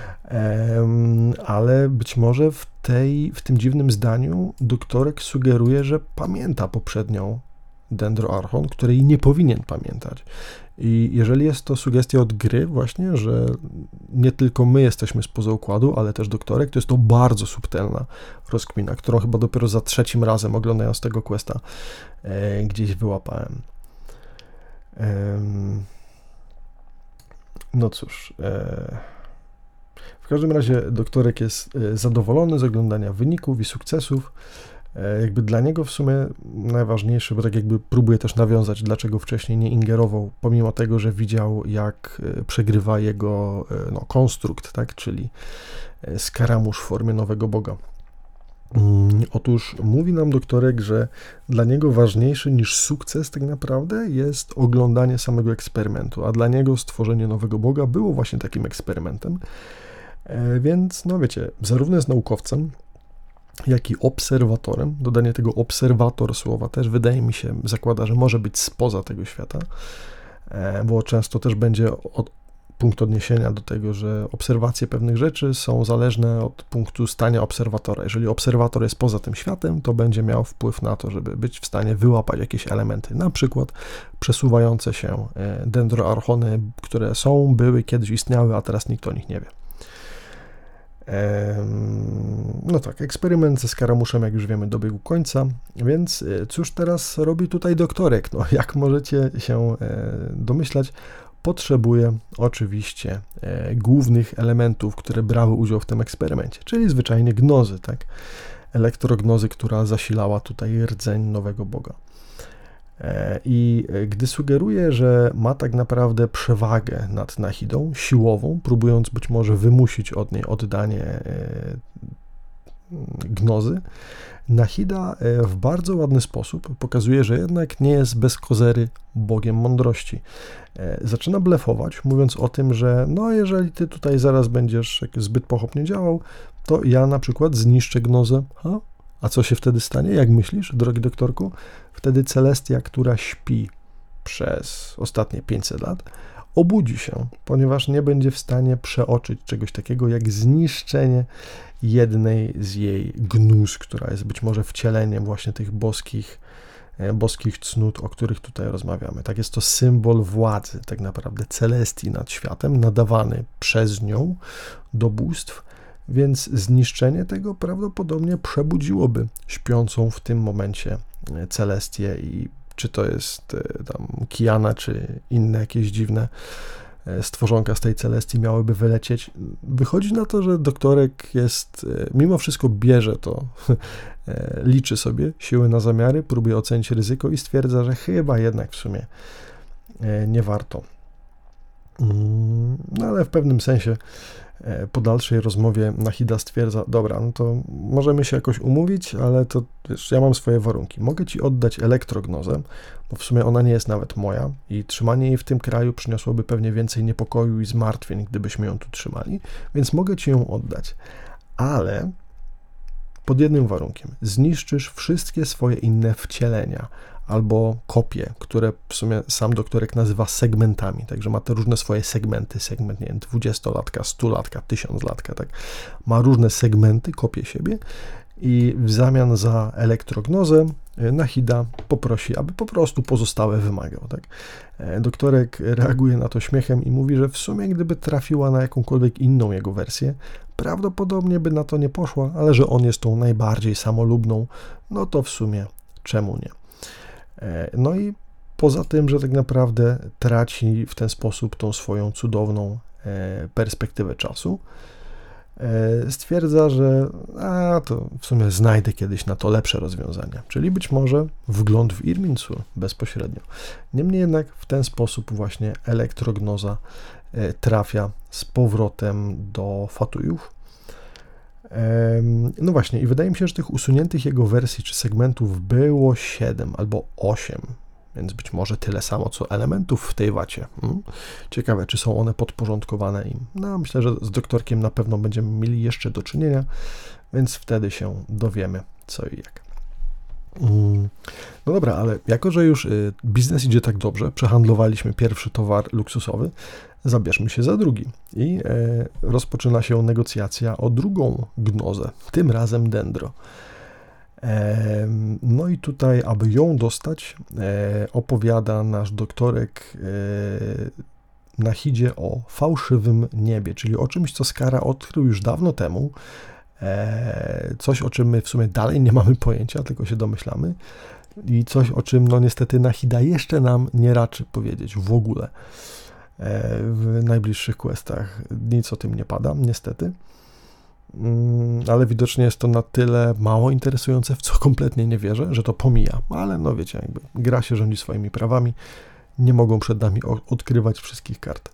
Ale być może w tym dziwnym zdaniu doktorek sugeruje, że pamięta poprzednią Dendroarchon, której nie powinien pamiętać. I jeżeli jest to sugestia od gry właśnie, że nie tylko my jesteśmy spoza układu, ale też doktorek, to jest to bardzo subtelna rozkmina, którą chyba dopiero za trzecim razem oglądając tego questa gdzieś wyłapałem. No cóż, w każdym razie doktorek jest zadowolony z oglądania wyników i sukcesów. Jakby dla niego w sumie najważniejsze, bo tak jakby próbuje też nawiązać, dlaczego wcześniej nie ingerował, pomimo tego, że widział, jak przegrywa jego konstrukt, tak, czyli skaramusz w formie nowego boga. Otóż mówi nam doktorek, że dla niego ważniejszy niż sukces tak naprawdę jest oglądanie samego eksperymentu, a dla niego stworzenie nowego boga było właśnie takim eksperymentem. Więc, no wiecie, zarówno jest naukowcem, jak i obserwatorem. Dodanie tego obserwator słowa też wydaje mi się zakłada, że może być spoza tego świata, bo często też będzie punkt odniesienia do tego, że obserwacje pewnych rzeczy są zależne od punktu stania obserwatora. Jeżeli obserwator jest poza tym światem, to będzie miał wpływ na to, żeby być w stanie wyłapać jakieś elementy, na przykład przesuwające się dendroarchony, które były, kiedyś istniały, a teraz nikt o nich nie wie. No tak, eksperyment ze skaramuszem, jak już wiemy, dobiegł końca, więc cóż teraz robi tutaj doktorek? No, jak możecie się domyślać, potrzebuje oczywiście głównych elementów, które brały udział w tym eksperymencie, czyli zwyczajnie gnozy, tak? Elektrognozy, która zasilała tutaj rdzeń nowego boga. I gdy sugeruje, że ma tak naprawdę przewagę nad Nahidą siłową, próbując być może wymusić od niej oddanie gnozy, Nahida w bardzo ładny sposób pokazuje, że jednak nie jest bez kozery bogiem mądrości. Zaczyna blefować, mówiąc o tym, że no jeżeli ty tutaj zaraz będziesz zbyt pochopnie działał, to ja na przykład zniszczę gnozę. A co się wtedy stanie? Jak myślisz, drogi doktorku? Wtedy Celestia, która śpi przez ostatnie 500 lat, obudzi się, ponieważ nie będzie w stanie przeoczyć czegoś takiego jak zniszczenie jednej z jej gnóz, która jest być może wcieleniem właśnie tych boskich cnót, o których tutaj rozmawiamy. Tak, jest to symbol władzy, tak naprawdę Celestii nad światem, nadawany przez nią do bóstw, więc zniszczenie tego prawdopodobnie przebudziłoby śpiącą w tym momencie Celestię i czy to jest tam Kiana, czy inne jakieś dziwne stworzonka z tej Celestii miałyby wylecieć. Wychodzi na to, że doktorek jest, mimo wszystko bierze to, liczy sobie siły na zamiary, próbuje ocenić ryzyko i stwierdza, że chyba jednak w sumie nie warto. No ale w pewnym sensie po dalszej rozmowie Nahida stwierdza, dobra, no to możemy się jakoś umówić, ale to wiesz, ja mam swoje warunki. Mogę ci oddać elektrognozę, bo w sumie ona nie jest nawet moja i trzymanie jej w tym kraju przyniosłoby pewnie więcej niepokoju i zmartwień, gdybyśmy ją tu trzymali, więc mogę ci ją oddać, ale pod jednym warunkiem. Zniszczysz wszystkie swoje inne wcielenia albo kopie, które w sumie sam doktorek nazywa segmentami, także ma te różne swoje segmenty, segment, nie wiem, 20-latka, 100-latka, 1000-latka, tak, ma różne segmenty, kopie siebie i w zamian za elektrognozę Nahida poprosi, aby po prostu pozostałe wymagał, tak. Doktorek reaguje na to śmiechem i mówi, że w sumie gdyby trafiła na jakąkolwiek inną jego wersję, prawdopodobnie by na to nie poszła, ale że on jest tą najbardziej samolubną, no to w sumie czemu nie. No i poza tym, że tak naprawdę traci w ten sposób tą swoją cudowną perspektywę czasu, stwierdza, że to w sumie znajdę kiedyś na to lepsze rozwiązania, czyli być może wgląd w Irminsul bezpośrednio. Niemniej jednak w ten sposób właśnie elektrognoza trafia z powrotem do Fatujów. No właśnie, i wydaje mi się, że tych usuniętych jego wersji czy segmentów było 7 albo 8, więc być może tyle samo, co elementów w tej wacie. Ciekawe, czy są one podporządkowane im. No, myślę, że z doktorkiem na pewno będziemy mieli jeszcze do czynienia, więc wtedy się dowiemy, co i jak. No dobra, ale jako, że już biznes idzie tak dobrze, przehandlowaliśmy pierwszy towar luksusowy, zabierzmy się za drugi. I rozpoczyna się negocjacja o drugą gnozę, tym razem dendro. No i tutaj, aby ją dostać, opowiada nasz doktorek Nahidzie o fałszywym niebie, czyli o czymś, co Skara odkrył już dawno temu, coś, o czym my w sumie dalej nie mamy pojęcia, tylko się domyślamy i coś, o czym no niestety Nahida jeszcze nam nie raczy powiedzieć w ogóle. W najbliższych questach nic o tym nie pada, niestety, ale widocznie jest to na tyle mało interesujące, w co kompletnie nie wierzę, że to pomija, ale no wiecie, jakby gra się rządzi swoimi prawami, nie mogą przed nami odkrywać wszystkich kart.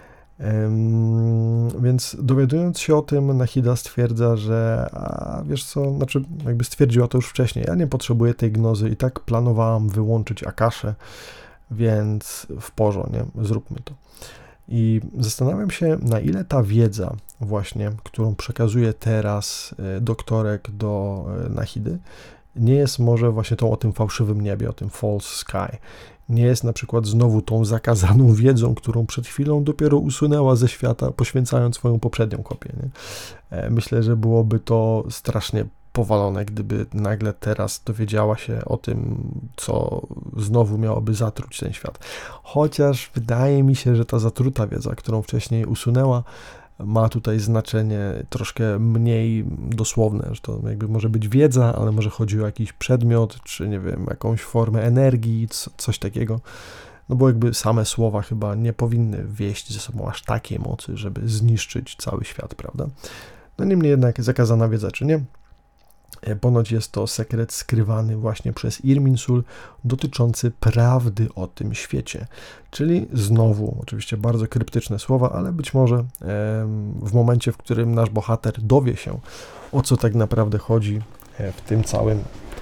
Więc dowiadując się o tym, Nahida stwierdza, że wiesz co, znaczy jakby stwierdziła to już wcześniej, ja nie potrzebuję tej gnozy i tak planowałam wyłączyć Akaszę, więc w porządku, nie? Zróbmy to. I zastanawiam się, na ile ta wiedza właśnie, którą przekazuje teraz doktorek do Nahidy, nie jest może właśnie tą o tym fałszywym niebie, o tym false sky. Nie jest na przykład znowu tą zakazaną wiedzą, którą przed chwilą dopiero usunęła ze świata, poświęcając swoją poprzednią kopię. Nie? Myślę, że byłoby to strasznie powalone, gdyby nagle teraz dowiedziała się o tym, co znowu miałoby zatruć ten świat. Chociaż wydaje mi się, że ta zatruta wiedza, którą wcześniej usunęła, ma tutaj znaczenie troszkę mniej dosłowne, że to jakby może być wiedza, ale może chodzi o jakiś przedmiot, czy nie wiem, jakąś formę energii, coś takiego, no bo jakby same słowa chyba nie powinny wieść ze sobą aż takiej mocy, żeby zniszczyć cały świat, prawda? No niemniej jednak zakazana wiedza, czy nie? Ponoć jest to sekret skrywany właśnie przez Irminsul dotyczący prawdy o tym świecie. Czyli znowu, oczywiście bardzo kryptyczne słowa, ale być może w momencie, w którym nasz bohater dowie się, o co tak naprawdę chodzi w tym całym,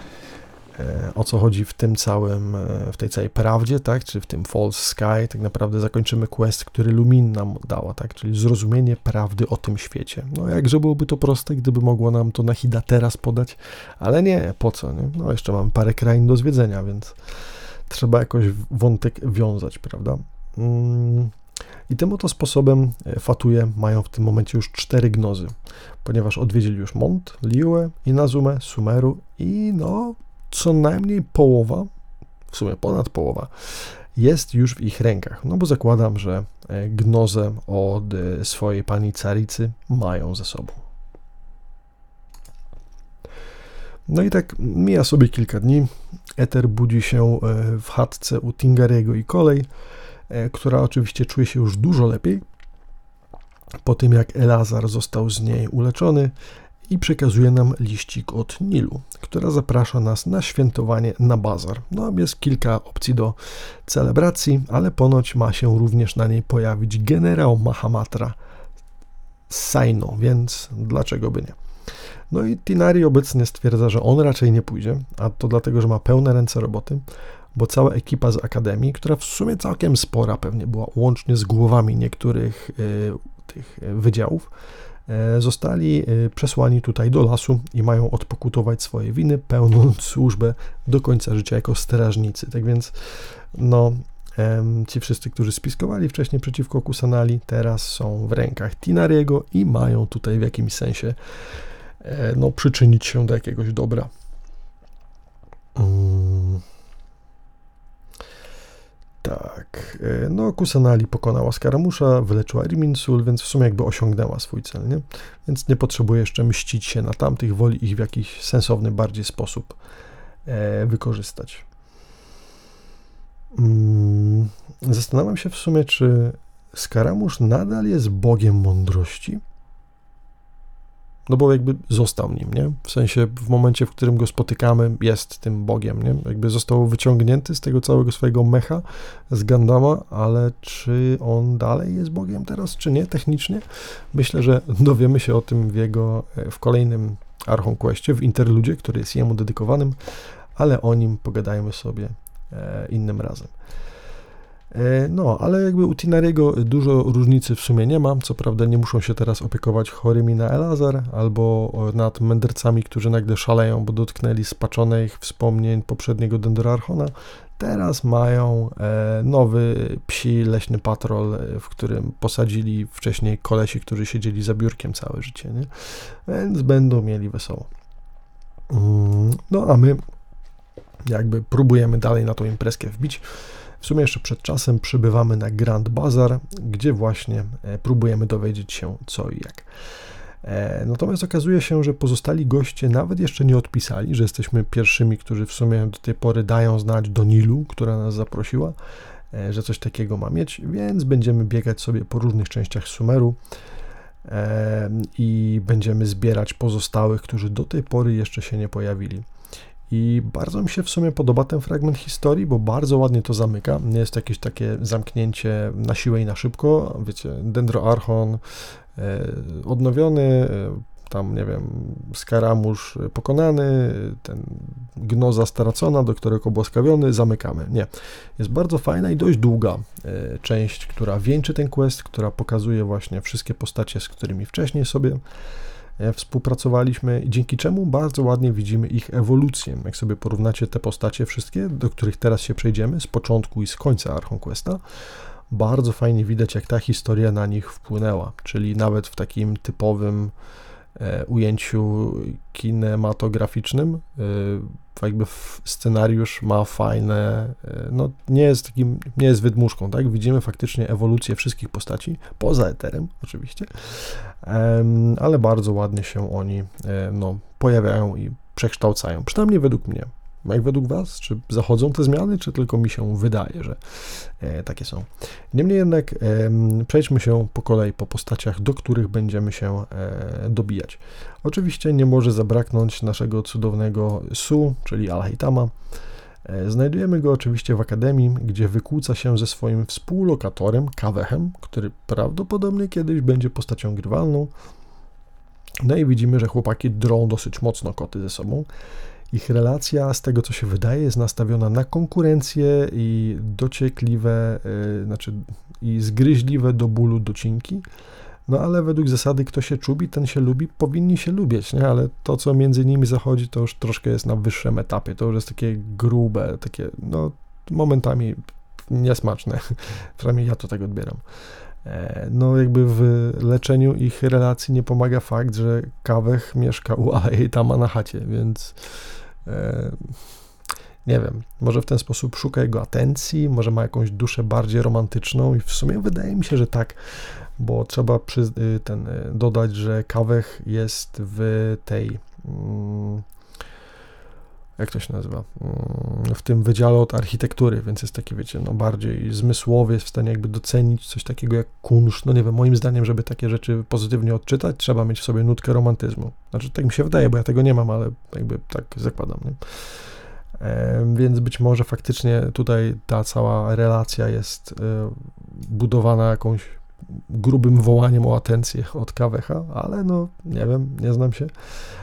w tej całej prawdzie, tak, czy w tym false sky, tak naprawdę zakończymy quest, który Lumin nam dała, tak, czyli zrozumienie prawdy o tym świecie. No jakże byłoby to proste, gdyby mogła nam to Nahida teraz podać, ale nie, po co, nie? No jeszcze mamy parę krain do zwiedzenia, więc trzeba jakoś wątek wiązać, prawda? I tym oto sposobem Fatuje mają w tym momencie już 4 gnozy, ponieważ odwiedzili już Mont, Liyue, Inazumę, Sumeru i no co najmniej połowa, w sumie ponad połowa, jest już w ich rękach. No bo zakładam, że gnozę od swojej pani caricy mają ze sobą. No i tak mija sobie kilka dni. Eter budzi się w chatce u Tingariego i kolej. która oczywiście czuje się już dużo lepiej po tym, jak Elazar został z niej uleczony i przekazuje nam liścik od Nilu, która zaprasza nas na świętowanie na bazar. No, jest kilka opcji do celebracji, ale ponoć ma się również na niej pojawić generał Mahamatra Saino, więc dlaczego by nie? No i Tinari obecnie stwierdza, że on raczej nie pójdzie, a to dlatego, że ma pełne ręce roboty, bo cała ekipa z Akademii, która w sumie całkiem spora pewnie była, łącznie z głowami niektórych tych wydziałów, zostali przesłani tutaj do lasu i mają odpokutować swoje winy, pełniąc służbę do końca życia jako strażnicy. Tak więc, no, ci wszyscy, którzy spiskowali wcześniej przeciwko Kusanali, teraz są w rękach Tinariego i mają tutaj w jakimś sensie no, przyczynić się do jakiegoś dobra. Tak, no Kusanali pokonała Skaramusza, wyleczyła Irminsul, więc w sumie jakby osiągnęła swój cel, nie? Więc nie potrzebuje jeszcze mścić się na tamtych, woli ich w jakiś sensowny bardziej sposób wykorzystać. Zastanawiam się w sumie, czy Skaramusz nadal jest Bogiem mądrości? No bo jakby został nim, nie? W sensie w momencie, w którym go spotykamy, jest tym Bogiem, nie? Jakby został wyciągnięty z tego całego swojego mecha, z Gundama, ale czy on dalej jest Bogiem teraz, czy nie, technicznie? Myślę, że dowiemy się o tym w kolejnym Archon Questie, w interludzie, który jest jemu dedykowanym, ale o nim pogadajmy sobie innym razem. No, ale jakby u Tinariego dużo różnicy w sumie nie ma. Co prawda nie muszą się teraz opiekować chorymi na Elazar albo nad mędrcami, którzy nagle szaleją, bo dotknęli spaczonych wspomnień poprzedniego Dendroarchona. Teraz mają nowy psi leśny patrol, w którym posadzili wcześniej kolesi, którzy siedzieli za biurkiem całe życie, nie? Więc będą mieli wesoło. No, a my jakby próbujemy dalej na tą imprezkę wbić. W sumie jeszcze przed czasem przybywamy na Grand Bazar, gdzie właśnie próbujemy dowiedzieć się co i jak. Natomiast okazuje się, że pozostali goście nawet jeszcze nie odpisali, że jesteśmy pierwszymi, którzy w sumie do tej pory dają znać do Nilu, która nas zaprosiła, że coś takiego ma mieć, więc będziemy biegać sobie po różnych częściach Sumeru i będziemy zbierać pozostałych, którzy do tej pory jeszcze się nie pojawili. I bardzo mi się w sumie podoba ten fragment historii, bo bardzo ładnie to zamyka. Nie jest to jakieś takie zamknięcie na siłę i na szybko. Wiecie, Dendroarchon odnowiony, tam nie wiem, Skaramusz pokonany, ten Gnoza stracona, do którego błaskawiony, zamykamy. Nie. Jest bardzo fajna i dość długa część, która wieńczy ten quest, która pokazuje właśnie wszystkie postacie, z którymi wcześniej sobie współpracowaliśmy, dzięki czemu bardzo ładnie widzimy ich ewolucję. Jak sobie porównacie te postacie wszystkie, do których teraz się przejdziemy, z początku i z końca Archon Questa, bardzo fajnie widać, jak ta historia na nich wpłynęła, czyli nawet w takim typowym ujęciu kinematograficznym, jakby scenariusz ma fajne, no nie jest wydmuszką, tak? Widzimy faktycznie ewolucję wszystkich postaci, poza Eterem oczywiście, ale bardzo ładnie się oni no, pojawiają i przekształcają, przynajmniej według mnie. Jak według Was? Czy zachodzą te zmiany, czy tylko mi się wydaje, że takie są? Niemniej jednak przejdźmy się po kolei po postaciach, do których będziemy się dobijać. Oczywiście nie może zabraknąć naszego cudownego Su, czyli Alhaithama. Znajdujemy go oczywiście w Akademii, gdzie wykłóca się ze swoim współlokatorem, Kawechem, który prawdopodobnie kiedyś będzie postacią grywalną. No i widzimy, że chłopaki drą dosyć mocno koty ze sobą. Ich relacja, z tego co się wydaje, jest nastawiona na konkurencję i dociekliwe, i zgryźliwe do bólu docinki. No ale według zasady, kto się czubi, ten się lubi, powinni się lubić, nie? Ale to, co między nimi zachodzi, to już troszkę jest na wyższym etapie. To już jest takie grube, takie, no, momentami niesmaczne. Przynajmniej ja to tak odbieram. No jakby w leczeniu ich relacji nie pomaga fakt, że Kawech mieszka u Alhaithama na chacie, więc nie wiem, może w ten sposób szuka jego atencji, może ma jakąś duszę bardziej romantyczną i w sumie wydaje mi się, że tak, bo trzeba dodać, że Kawech jest w tej jak to się nazywa, w tym wydziale od architektury, więc jest taki, wiecie, no bardziej zmysłowy, jest w stanie jakby docenić coś takiego jak kunszt. No nie wiem, moim zdaniem, żeby takie rzeczy pozytywnie odczytać, trzeba mieć w sobie nutkę romantyzmu. Znaczy, tak mi się wydaje, bo ja tego nie mam, ale jakby tak zakładam, nie? Więc być może faktycznie tutaj ta cała relacja jest budowana jakąś grubym wołaniem o atencję od KWH, ale no nie wiem, nie znam się.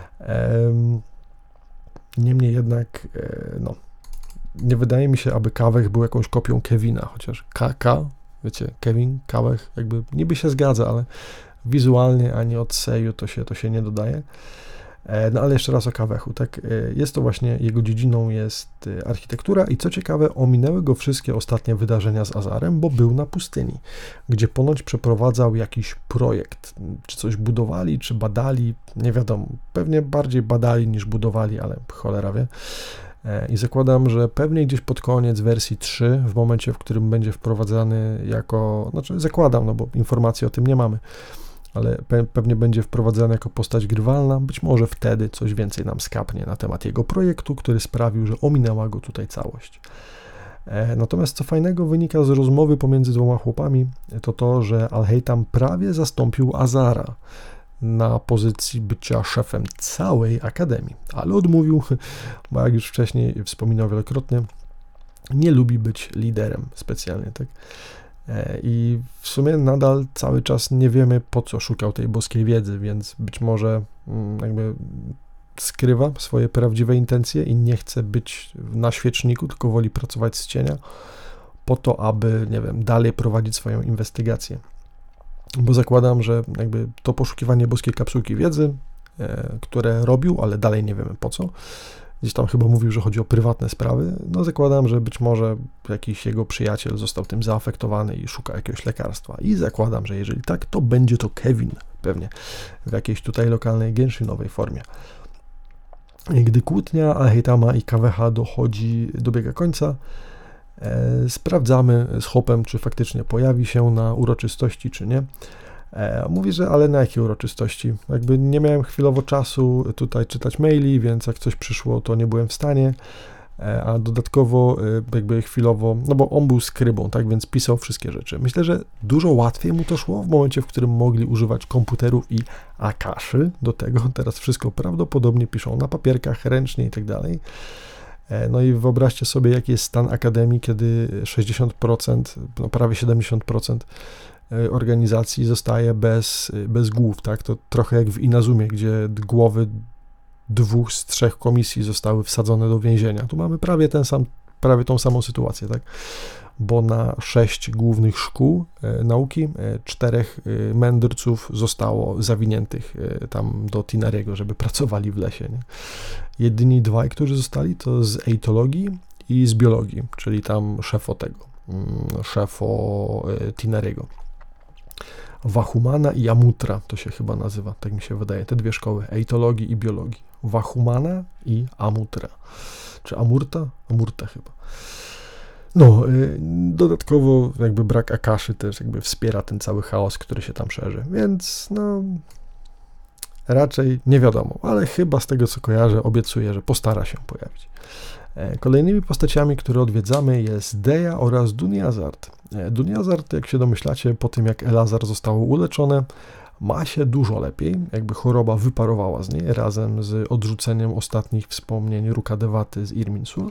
Niemniej jednak, no, nie wydaje mi się, aby Kawech był jakąś kopią Kevina, chociaż KK, wiecie, Kevin, Kawech, jakby niby się zgadza, ale wizualnie ani od seju to się nie dodaje. No ale jeszcze raz o Kawechu, tak, jest to właśnie, jego dziedziną jest architektura i co ciekawe, ominęły go wszystkie ostatnie wydarzenia z Azarem, bo był na pustyni, gdzie ponoć przeprowadzał jakiś projekt, czy coś budowali, czy badali, nie wiadomo, pewnie bardziej badali niż budowali, ale cholera wie. I zakładam, że pewnie gdzieś pod koniec wersji 3, w momencie, w którym będzie wprowadzany jako, znaczy zakładam, no bo informacji o tym nie mamy, ale pewnie będzie wprowadzany jako postać grywalna, być może wtedy coś więcej nam skapnie na temat jego projektu, który sprawił, że ominęła go tutaj całość. Natomiast co fajnego wynika z rozmowy pomiędzy dwoma chłopami, to to, że Al-Heitam prawie zastąpił Azara na pozycji bycia szefem całej Akademii, ale odmówił, bo jak już wcześniej wspominał wielokrotnie, nie lubi być liderem specjalnie, tak? I w sumie nadal cały czas nie wiemy, po co szukał tej boskiej wiedzy, więc być może jakby skrywa swoje prawdziwe intencje i nie chce być na świeczniku, tylko woli pracować z cienia po to, aby, nie wiem, dalej prowadzić swoją inwestygację. Bo zakładam, że jakby to poszukiwanie boskiej kapsułki wiedzy, które robił, ale dalej nie wiemy po co, gdzieś tam chyba mówił, że chodzi o prywatne sprawy, no zakładam, że być może jakiś jego przyjaciel został tym zaafektowany i szuka jakiegoś lekarstwa. I zakładam, że jeżeli tak, to będzie to Kevin pewnie w jakiejś tutaj lokalnej Genshinowej formie. I gdy kłótnia Al-Heitama i KWH dobiega końca, sprawdzamy z Hopem, czy faktycznie pojawi się na uroczystości, czy nie. Mówi, że ale na jakie uroczystości? Jakby nie miałem chwilowo czasu tutaj czytać maili, więc jak coś przyszło, to nie byłem w stanie, a dodatkowo jakby chwilowo, no bo on był skrybą, tak, więc pisał wszystkie rzeczy. Myślę, że dużo łatwiej mu to szło w momencie, w którym mogli używać komputerów i akaszy do tego. Teraz wszystko prawdopodobnie piszą na papierkach, ręcznie i tak dalej. No i wyobraźcie sobie, jaki jest stan Akademii, kiedy 60%, no prawie 70% organizacji zostaje bez głów, tak? To trochę jak w Inazumie, gdzie głowy 2 z 3 komisji zostały wsadzone do więzienia. Tu mamy prawie tą samą sytuację, tak? Bo na 6 głównych szkół nauki 4 mędrców zostało zawiniętych tam do Tinariego, żeby pracowali w lesie, nie? Jedyni 2, którzy zostali, to z eitologii i z biologii, czyli tam szefo Tinariego. Wahumana i Amutra to się chyba nazywa, tak mi się wydaje, te 2 szkoły, eitologii i biologii. Wahumana i Amutra. Czy Amurta? Amurta chyba. No, dodatkowo jakby brak akaszy też jakby wspiera ten cały chaos, który się tam szerzy, więc no raczej nie wiadomo, ale chyba z tego co kojarzę obiecuję, że postara się pojawić. Kolejnymi postaciami, które odwiedzamy jest Deja oraz Dunjazard. Dunjazard, jak się domyślacie, po tym jak Elazar zostało uleczone, ma się dużo lepiej, jakby choroba wyparowała z niej razem z odrzuceniem ostatnich wspomnień Rukadewaty z Irminsul.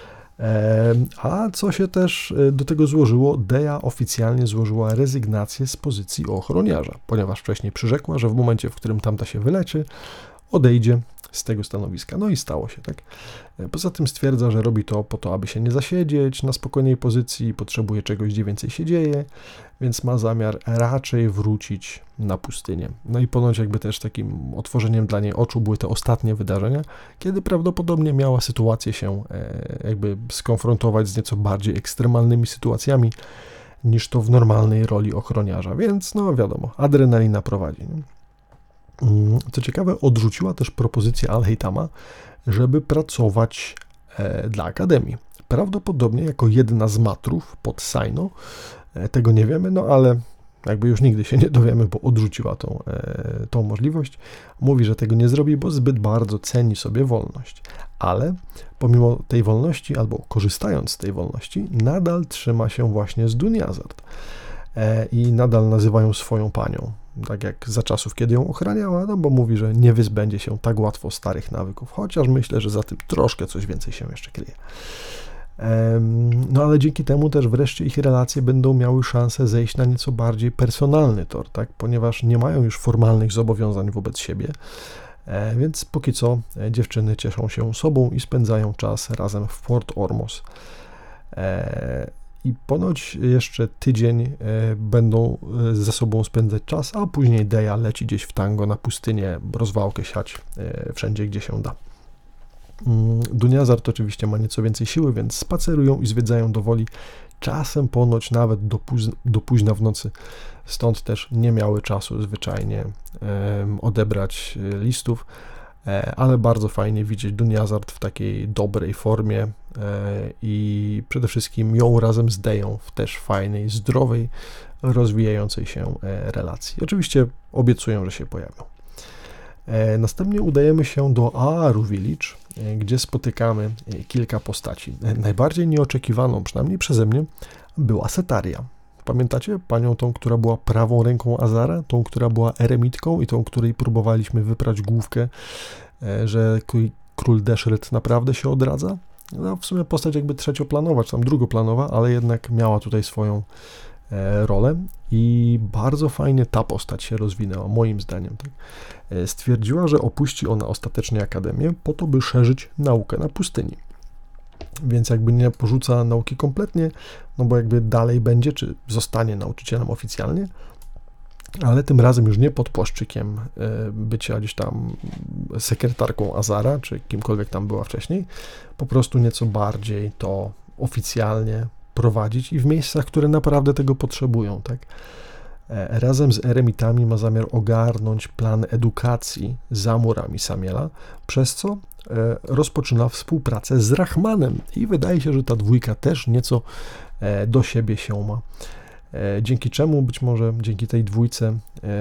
A co się też do tego złożyło, Deja oficjalnie złożyła rezygnację z pozycji ochroniarza, ponieważ wcześniej przyrzekła, że w momencie, w którym tamta się wyleczy, odejdzie z tego stanowiska. No i stało się, tak. Poza tym stwierdza, że robi to po to, aby się nie zasiedzieć na spokojnej pozycji, potrzebuje czegoś, gdzie więcej się dzieje, więc ma zamiar raczej wrócić na pustynię. No i ponoć jakby też takim otworzeniem dla niej oczu były te ostatnie wydarzenia, kiedy prawdopodobnie miała sytuację się jakby skonfrontować z nieco bardziej ekstremalnymi sytuacjami, niż to w normalnej roli ochroniarza, więc no wiadomo, adrenalina prowadzi. Nie? Co ciekawe, odrzuciła też propozycję Al-Heitama, żeby pracować dla Akademii. Prawdopodobnie jako jedna z matrów pod Saino, tego nie wiemy, no ale jakby już nigdy się nie dowiemy, bo odrzuciła tą możliwość. Mówi, że tego nie zrobi, bo zbyt bardzo ceni sobie wolność. Ale pomimo tej wolności, albo korzystając z tej wolności, nadal trzyma się właśnie z Dunjazad. I nadal nazywają swoją panią, tak jak za czasów, kiedy ją ochraniała, no bo mówi, że nie wyzbędzie się tak łatwo starych nawyków, chociaż myślę, że za tym troszkę coś więcej się jeszcze kryje. No ale dzięki temu też wreszcie ich relacje będą miały szansę zejść na nieco bardziej personalny tor, tak? Ponieważ nie mają już formalnych zobowiązań wobec siebie, więc póki co dziewczyny cieszą się sobą i spędzają czas razem w Port Ormos. I ponoć jeszcze tydzień będą ze sobą spędzać czas, a później Deja leci gdzieś w tango na pustynię, rozwałkę siać wszędzie, gdzie się da. Dunjazad oczywiście ma nieco więcej siły, więc spacerują i zwiedzają do woli, czasem ponoć nawet do późna w nocy, stąd też nie miały czasu zwyczajnie odebrać listów, ale bardzo fajnie widzieć Dunjazad w takiej dobrej formie i przede wszystkim ją razem z Deją w też fajnej, zdrowej, rozwijającej się relacji. Oczywiście obiecują, że się pojawią. Następnie udajemy się do Aaru Village, gdzie spotykamy kilka postaci. Najbardziej nieoczekiwaną, przynajmniej przeze mnie, była Setaria. Pamiętacie? Panią tą, która była prawą ręką Azara, tą, która była eremitką i tą, której próbowaliśmy wyprać główkę, że król Deshret naprawdę się odradza? No, w sumie postać jakby trzecioplanowa, czy tam drugoplanowa, ale jednak miała tutaj swoją rolę i bardzo fajnie ta postać się rozwinęła, moim zdaniem. Tak? Stwierdziła, że opuści ona ostatecznie Akademię po to, by szerzyć naukę na pustyni. Więc jakby nie porzuca nauki kompletnie, no bo jakby dalej będzie, czy zostanie nauczycielem oficjalnie, ale tym razem już nie pod płaszczykiem bycia gdzieś tam sekretarką Azara, czy kimkolwiek tam była wcześniej, po prostu nieco bardziej to oficjalnie prowadzić i w miejscach, które naprawdę tego potrzebują, tak? Razem z eremitami ma zamiar ogarnąć plan edukacji za murami Samiela, przez co rozpoczyna współpracę z Rahmanem i wydaje się, że ta dwójka też nieco do siebie się ma. Dzięki czemu być może dzięki tej dwójce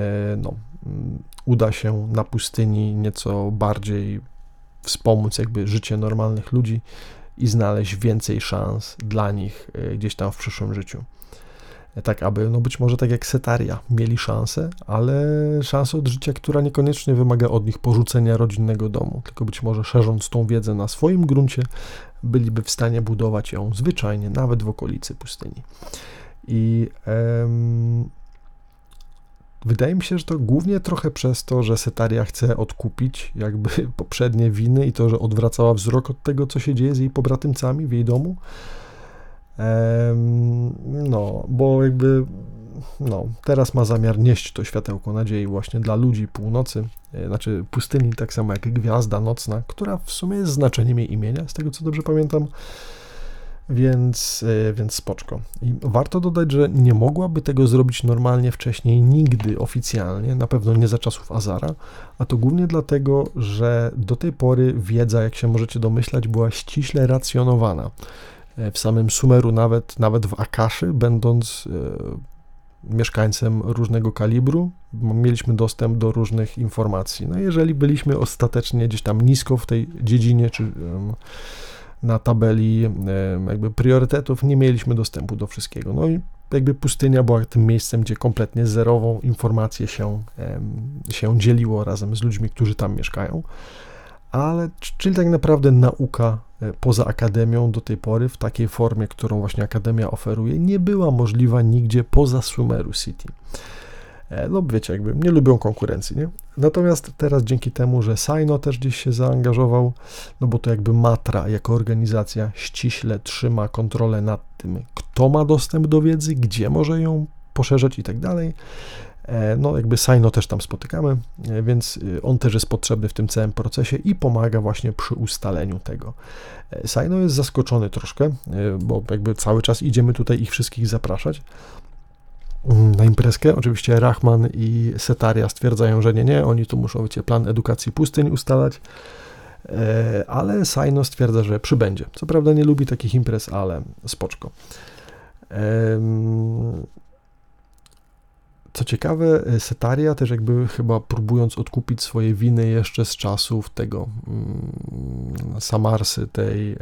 uda się na pustyni nieco bardziej wspomóc jakby życie normalnych ludzi i znaleźć więcej szans dla nich gdzieś tam w przyszłym życiu. Tak, aby, no być może tak jak Setaria, mieli szansę, ale szansę od życia, która niekoniecznie wymaga od nich porzucenia rodzinnego domu, tylko być może szerząc tą wiedzę na swoim gruncie, byliby w stanie budować ją zwyczajnie, nawet w okolicy pustyni. I wydaje mi się, że to głównie trochę przez to, że Setaria chce odkupić jakby poprzednie winy i to, że odwracała wzrok od tego, co się dzieje z jej pobratymcami w jej domu. No, bo jakby teraz ma zamiar nieść to światełko nadziei właśnie dla ludzi północy, znaczy pustyni, tak samo jak Gwiazda Nocna, która w sumie jest znaczeniem jej imienia, z tego co dobrze pamiętam, więc spoczko. I warto dodać, że nie mogłaby tego zrobić normalnie wcześniej nigdy oficjalnie, na pewno nie za czasów Azara, a to głównie dlatego, że do tej pory wiedza, jak się możecie domyślać, była ściśle racjonowana. W samym Sumeru, nawet w Akaszy, będąc mieszkańcem różnego kalibru, mieliśmy dostęp do różnych informacji. No jeżeli byliśmy ostatecznie gdzieś tam nisko w tej dziedzinie, czy na tabeli jakby priorytetów, nie mieliśmy dostępu do wszystkiego. No i jakby pustynia była tym miejscem, gdzie kompletnie zerową informację się dzieliło razem z ludźmi, którzy tam mieszkają. Ale, czyli tak naprawdę nauka poza Akademią do tej pory w takiej formie, którą właśnie Akademia oferuje, nie była możliwa nigdzie poza Sumeru City. No wiecie, jakby nie lubią konkurencji, nie? Natomiast teraz dzięki temu, że Cyno też gdzieś się zaangażował, no bo to jakby Matra jako organizacja ściśle trzyma kontrolę nad tym, kto ma dostęp do wiedzy, gdzie może ją poszerzać i tak dalej. No jakby Cyno też tam spotykamy, więc on też jest potrzebny w tym całym procesie i pomaga właśnie przy ustaleniu tego. Cyno jest zaskoczony troszkę, bo jakby cały czas idziemy tutaj ich wszystkich zapraszać na imprezkę. Oczywiście Rahman i Setaria stwierdzają, że nie, oni tu muszą, wiecie, plan edukacji pustyń ustalać, ale Cyno stwierdza, że przybędzie. Co prawda nie lubi takich imprez, ale spoczko. Co ciekawe, Setaria też jakby chyba próbując odkupić swoje winy jeszcze z czasów tego Samarsy, tej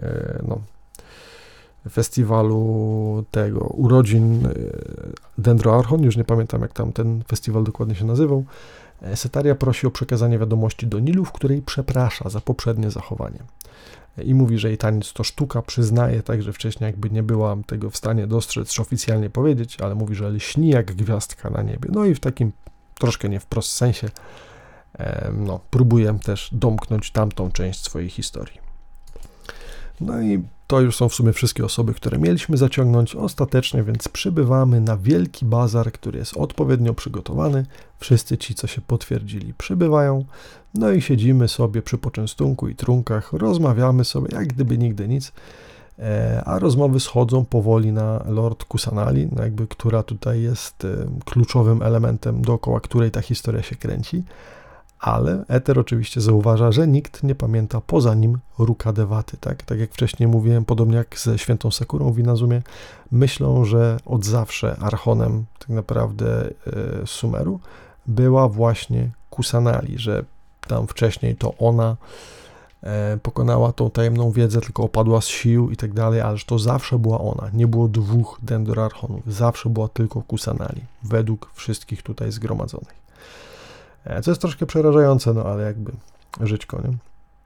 festiwalu tego urodzin Dendroarchon, już nie pamiętam jak tam ten festiwal dokładnie się nazywał. Setaria prosi o przekazanie wiadomości do Nilu, w której przeprasza za poprzednie zachowanie. I mówi, że jej taniec to sztuka, przyznaje, także wcześniej jakby nie byłam tego w stanie dostrzec czy oficjalnie powiedzieć, ale mówi, że lśni jak gwiazdka na niebie. No i w takim troszkę nie wprost sensie próbuję też domknąć tamtą część swojej historii. No i to już są w sumie wszystkie osoby, które mieliśmy zaciągnąć ostatecznie, więc przybywamy na wielki bazar, który jest odpowiednio przygotowany. Wszyscy ci, co się potwierdzili, przybywają. No i siedzimy sobie przy poczęstunku i trunkach, rozmawiamy sobie, jak gdyby nigdy nic, a rozmowy schodzą powoli na Lord Kusanali, która tutaj jest kluczowym elementem, dookoła której ta historia się kręci. Ale Eter oczywiście zauważa, że nikt nie pamięta poza nim Rukadewaty, tak? Tak jak wcześniej mówiłem, podobnie jak ze Świętą Sakurą w Inazumie, myślą, że od zawsze archonem tak naprawdę Sumeru była właśnie Kusanali, że tam wcześniej to ona pokonała tą tajemną wiedzę, tylko opadła z sił i tak dalej, ale że to zawsze była ona. Nie było dwóch Dendroarchonów, zawsze była tylko Kusanali, według wszystkich tutaj zgromadzonych. Co jest troszkę przerażające, no ale jakby żyćko, nie?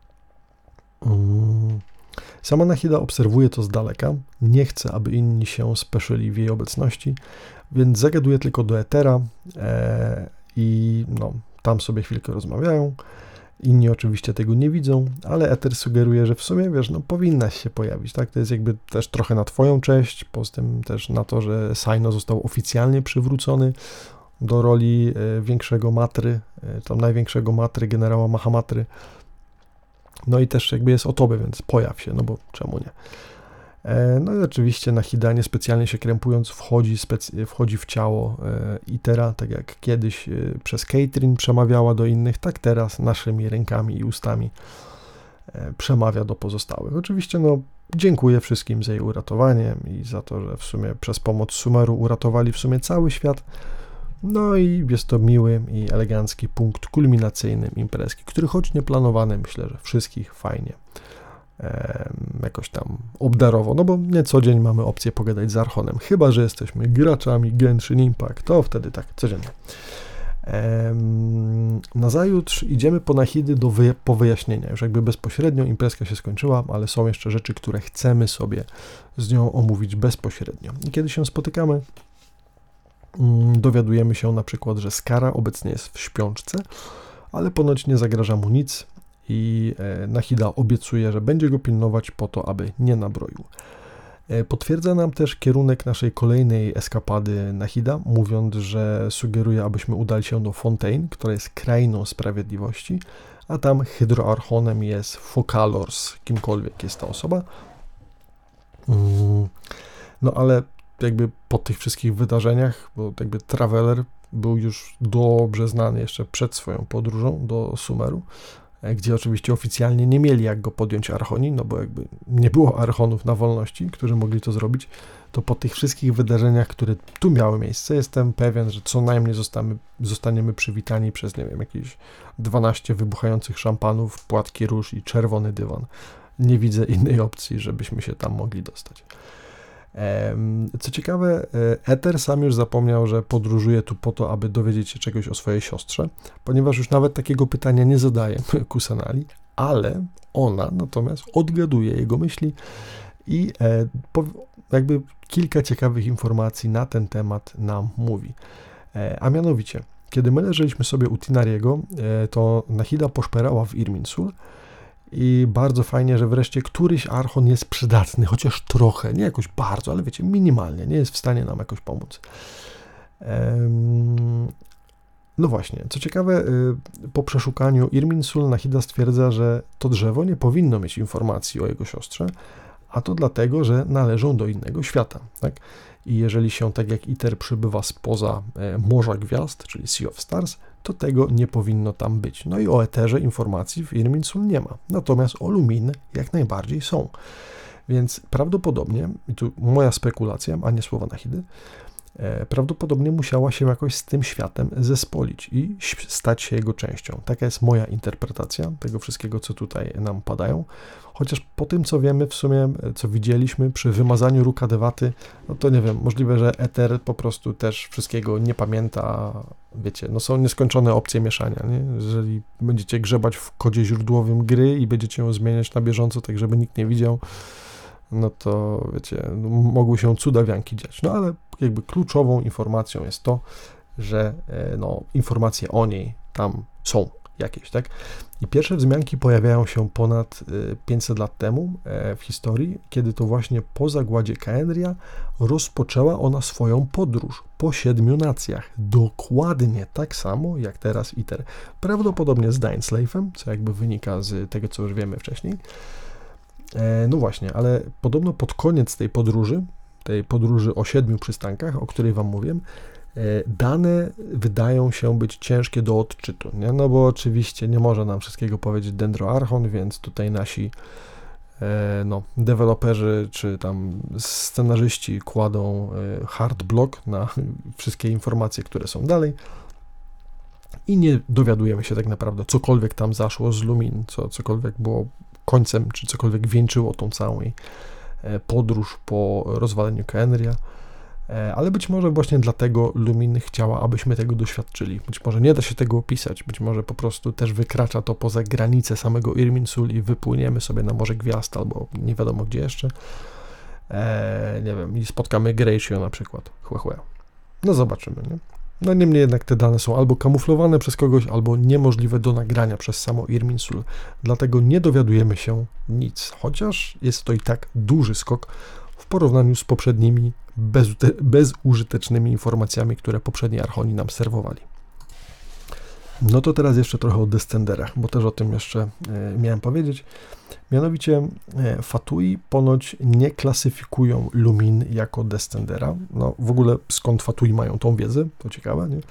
Sama Nahida obserwuje to z daleka, nie chce, aby inni się speszyli w jej obecności, więc zagaduje tylko do Etera i tam sobie chwilkę rozmawiają. Inni oczywiście tego nie widzą, ale Eter sugeruje, że w sumie, wiesz, powinnaś się pojawić, tak? To jest jakby też trochę na twoją cześć, poza tym też na to, że Saino został oficjalnie przywrócony do roli większego matry, tam największego matry, generała Mahamatry. No i też jakby jest o tobie, więc pojaw się, no bo czemu nie. No i oczywiście Nahida, niespecjalnie się krępując, wchodzi w ciało Itera, tak jak kiedyś przez Caitlyn przemawiała do innych, tak teraz naszymi rękami i ustami przemawia do pozostałych. Oczywiście dziękuję wszystkim za jej uratowanie i za to, że w sumie przez pomoc Sumeru uratowali w sumie cały świat. No i jest to miły i elegancki punkt kulminacyjny imprezki, który choć nieplanowany, myślę, że wszystkich fajnie jakoś tam obdarował, no bo nie co dzień mamy opcję pogadać z Archonem, chyba że jesteśmy graczami Genshin Impact, to wtedy tak, codziennie. Nazajutrz idziemy po Nahidy po wyjaśnienia, już jakby bezpośrednio imprezka się skończyła, ale są jeszcze rzeczy, które chcemy sobie z nią omówić bezpośrednio. I kiedy się spotykamy, dowiadujemy się na przykład, że Skara obecnie jest w śpiączce, ale ponoć nie zagraża mu nic i Nahida obiecuje, że będzie go pilnować po to, aby nie nabroił. Potwierdza nam też kierunek naszej kolejnej eskapady Nahida, mówiąc, że sugeruje, abyśmy udali się do Fontaine, która jest krainą sprawiedliwości, a tam hydroarchonem jest Focalors, kimkolwiek jest ta osoba. No ale jakby po tych wszystkich wydarzeniach, bo jakby Traveler był już dobrze znany jeszcze przed swoją podróżą do Sumeru, gdzie oczywiście oficjalnie nie mieli jak go podjąć Archoni, no bo jakby nie było Archonów na wolności, którzy mogli to zrobić, to po tych wszystkich wydarzeniach, które tu miały miejsce, jestem pewien, że co najmniej zostaniemy przywitani przez, nie wiem, jakieś 12 wybuchających szampanów, płatki róż i czerwony dywan. Nie widzę innej opcji, żebyśmy się tam mogli dostać. Co ciekawe, Eter sam już zapomniał, że podróżuje tu po to, aby dowiedzieć się czegoś o swojej siostrze, ponieważ już nawet takiego pytania nie zadaje Kusanali, ale ona natomiast odgaduje jego myśli i jakby kilka ciekawych informacji na ten temat nam mówi. A mianowicie, kiedy my leżeliśmy sobie u Tinariego, to Nahida poszperała w Irminsul, i bardzo fajnie, że wreszcie któryś archon jest przydatny, chociaż trochę, nie jakoś bardzo, ale wiecie, minimalnie, nie jest w stanie nam jakoś pomóc. No właśnie, co ciekawe, po przeszukaniu Irminsul Nahida stwierdza, że to drzewo nie powinno mieć informacji o jego siostrze, a to dlatego, że należą do innego świata, tak? I jeżeli się, tak jak Iter, przybywa spoza Morza Gwiazd, czyli Sea of Stars, to tego nie powinno tam być. No i o Eterze informacji w Irminsul nie ma, natomiast o Lumin jak najbardziej są. Więc prawdopodobnie, i tu moja spekulacja, a nie słowa Nahidy, prawdopodobnie musiała się jakoś z tym światem zespolić i stać się jego częścią. Taka jest moja interpretacja tego wszystkiego, co tutaj nam padają. Chociaż po tym, co wiemy w sumie, co widzieliśmy przy wymazaniu Rukadewaty, no to nie wiem, możliwe, że Eter po prostu też wszystkiego nie pamięta. Wiecie, no są nieskończone opcje mieszania, nie? Jeżeli będziecie grzebać w kodzie źródłowym gry i będziecie ją zmieniać na bieżąco, tak żeby nikt nie widział, no to wiecie, no, mogły się cudawianki dziać. No ale jakby kluczową informacją jest to, że no, informacje o niej tam są jakieś, tak? I pierwsze wzmianki pojawiają się ponad 500 lat temu w historii, kiedy to właśnie po zagładzie Khaenri'ah rozpoczęła ona swoją podróż po 7 nacjach. Dokładnie tak samo jak teraz ITER. Prawdopodobnie z Dainsleifem, co jakby wynika z tego, co już wiemy wcześniej. No właśnie, ale podobno pod koniec tej podróży o 7 przystankach, o której wam mówiłem, dane wydają się być ciężkie do odczytu, nie? No bo oczywiście nie może nam wszystkiego powiedzieć Dendroarchon, więc tutaj nasi deweloperzy czy tam scenarzyści kładą hard block na wszystkie informacje, które są dalej i nie dowiadujemy się tak naprawdę, cokolwiek tam zaszło z Lumin, cokolwiek było końcem, czy cokolwiek wieńczyło tą całą jej podróż po rozwaleniu Khaenri'ah. Ale być może właśnie dlatego Lumin chciała, abyśmy tego doświadczyli. Być może nie da się tego opisać, być może po prostu też wykracza to poza granice samego Irminsul i wypłyniemy sobie na Morze Gwiazd albo nie wiadomo gdzie jeszcze. Nie wiem, i spotkamy Greyshio na przykład. No zobaczymy, nie? No niemniej jednak te dane są albo kamuflowane przez kogoś, albo niemożliwe do nagrania przez samo Irminsul. Dlatego nie dowiadujemy się nic, chociaż jest to i tak duży skok w porównaniu z poprzednimi bezużytecznymi informacjami, które poprzedni archoni nam serwowali. No to teraz jeszcze trochę o Descenderach, bo też o tym jeszcze miałem powiedzieć. Mianowicie Fatui ponoć nie klasyfikują Lumin jako Descendera. No w ogóle skąd Fatui mają tą wiedzę, to ciekawe, nie?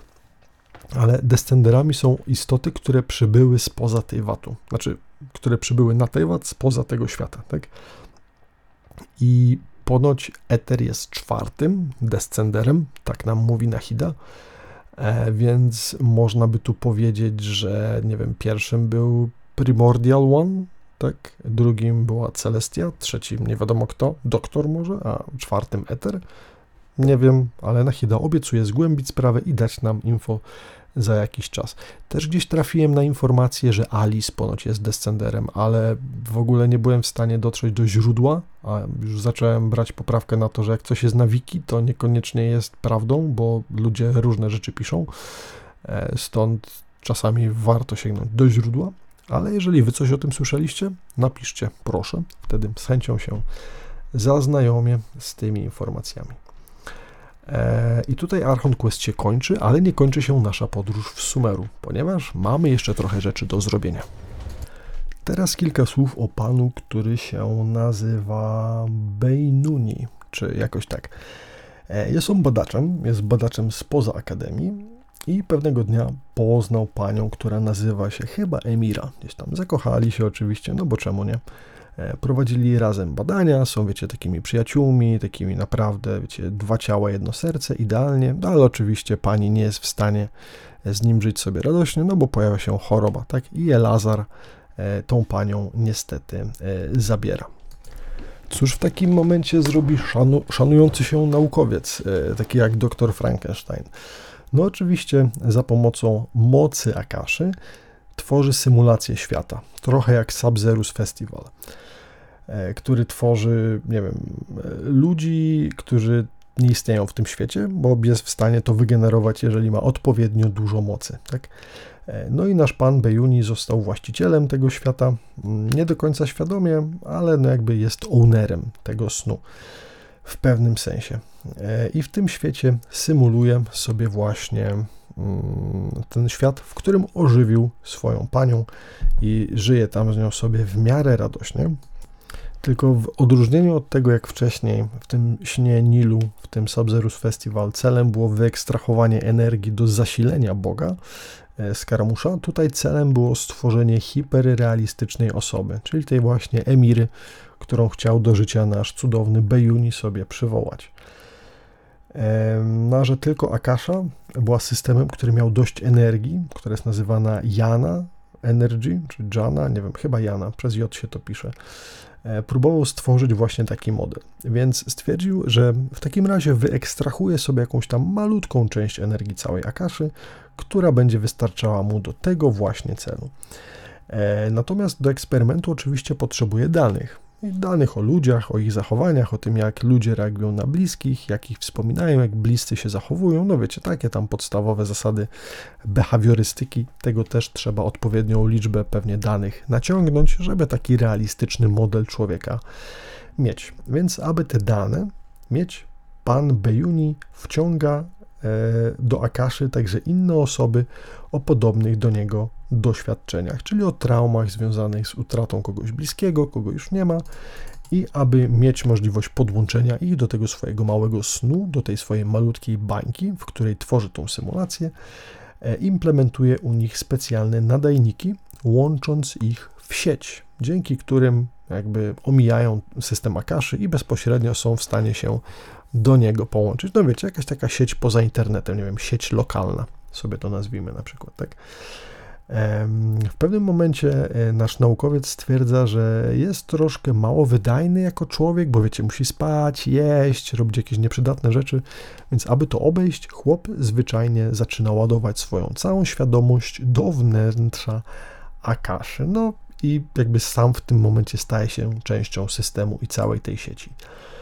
Ale Descenderami są istoty, które przybyły spoza Teyvatu. Znaczy, które przybyły na Teyvat spoza tego świata, tak? I ponoć Eter jest 4. Descenderem, tak nam mówi Nahida, więc można by tu powiedzieć, że nie wiem, pierwszym był Primordial One, tak, drugim była Celestia, trzecim nie wiadomo kto, Doktor może, a 4. Eter. Nie wiem, ale Nahida obiecuje zgłębić sprawę i dać nam info za jakiś czas. Też gdzieś trafiłem na informację, że Alice ponoć jest Descenderem, ale w ogóle nie byłem w stanie dotrzeć do źródła, a już zacząłem brać poprawkę na to, że jak coś jest na wiki, to niekoniecznie jest prawdą, bo ludzie różne rzeczy piszą, stąd czasami warto sięgnąć do źródła, ale jeżeli wy coś o tym słyszeliście, napiszcie, proszę, wtedy z chęcią się zaznajomię z tymi informacjami. I tutaj Archon Quest się kończy, ale nie kończy się nasza podróż w Sumeru, ponieważ mamy jeszcze trochę rzeczy do zrobienia. Teraz kilka słów o panu, który się nazywa Beinuni, czy jakoś tak. Jest on badaczem spoza Akademii i pewnego dnia poznał panią, która nazywa się chyba Emira. Gdzieś tam zakochali się oczywiście, no bo czemu nie? Prowadzili razem badania, są, wiecie, takimi przyjaciółmi, takimi naprawdę, wiecie, 2 ciała, 1 serce, idealnie, no ale oczywiście pani nie jest w stanie z nim żyć sobie radośnie, no bo pojawia się choroba, tak? I Elazar tą panią niestety zabiera. Cóż w takim momencie zrobi szanujący się naukowiec, taki jak dr Frankenstein? No oczywiście za pomocą mocy Akaszy tworzy symulację świata, trochę jak Sabzerus Festival, który tworzy, nie wiem, ludzi, którzy nie istnieją w tym świecie, bo jest w stanie to wygenerować, jeżeli ma odpowiednio dużo mocy, tak? No i nasz pan Beinuni został właścicielem tego świata, nie do końca świadomie, ale no jakby jest ownerem tego snu w pewnym sensie. I w tym świecie symuluje sobie właśnie ten świat, w którym ożywił swoją panią i żyje tam z nią sobie w miarę radośnie. Tylko w odróżnieniu od tego, jak wcześniej w tym śnie Nilu, w tym Sabzerus Festival, celem było wyekstrahowanie energii do zasilenia Boga, Skaramusza, tutaj celem było stworzenie hiperrealistycznej osoby, czyli tej właśnie Emiry, którą chciał do życia nasz cudowny Beinuni sobie przywołać. No, a że tylko Akasha była systemem, który miał dość energii, która jest nazywana Jana Energy, czy Jana, nie wiem, chyba Jana, przez J się to pisze, próbował stworzyć właśnie taki model. Więc stwierdził, że w takim razie wyekstrahuje sobie jakąś tam malutką część energii całej Akaszy, która będzie wystarczała mu do tego właśnie celu. Natomiast do eksperymentu oczywiście potrzebuje danych. Danych o ludziach, o ich zachowaniach, o tym, jak ludzie reagują na bliskich, jak ich wspominają, jak bliscy się zachowują. No wiecie, takie tam podstawowe zasady behawiorystyki. Tego też trzeba odpowiednią liczbę pewnie danych naciągnąć, żeby taki realistyczny model człowieka mieć. Więc aby te dane mieć, pan Bejuni wciąga do Akaszy także inne osoby o podobnych do niego doświadczeniach, czyli o traumach związanych z utratą kogoś bliskiego, kogo już nie ma, i aby mieć możliwość podłączenia ich do tego swojego małego snu, do tej swojej malutkiej bańki, w której tworzy tą symulację, implementuje u nich specjalne nadajniki, łącząc ich w sieć, dzięki którym jakby omijają system Akaszy i bezpośrednio są w stanie się do niego połączyć. No wiecie, jakaś taka sieć poza internetem, nie wiem, sieć lokalna, sobie to nazwijmy na przykład, tak? W pewnym momencie nasz naukowiec stwierdza, że jest troszkę mało wydajny jako człowiek, bo wiecie, musi spać, jeść, robić jakieś nieprzydatne rzeczy, więc aby to obejść, chłop zwyczajnie zaczyna ładować swoją całą świadomość do wnętrza Akaszy. No i jakby sam w tym momencie staje się częścią systemu i całej tej sieci.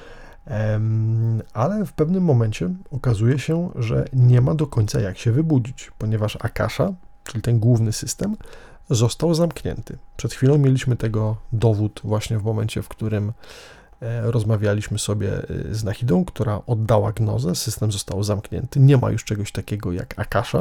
Ale w pewnym momencie okazuje się, że nie ma do końca jak się wybudzić, ponieważ Akasha, czyli ten główny system, został zamknięty. Przed chwilą mieliśmy tego dowód właśnie w momencie, w którym rozmawialiśmy sobie z Nahidą, która oddała gnozę, system został zamknięty, nie ma już czegoś takiego jak Akasha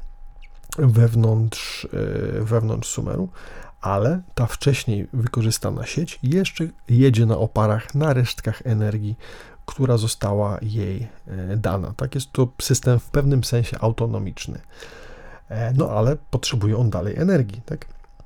wewnątrz Sumeru, ale ta wcześniej wykorzystana sieć jeszcze jedzie na oparach, na resztkach energii, która została jej dana. Tak, jest to system w pewnym sensie autonomiczny. No ale potrzebuje on dalej energii, tak?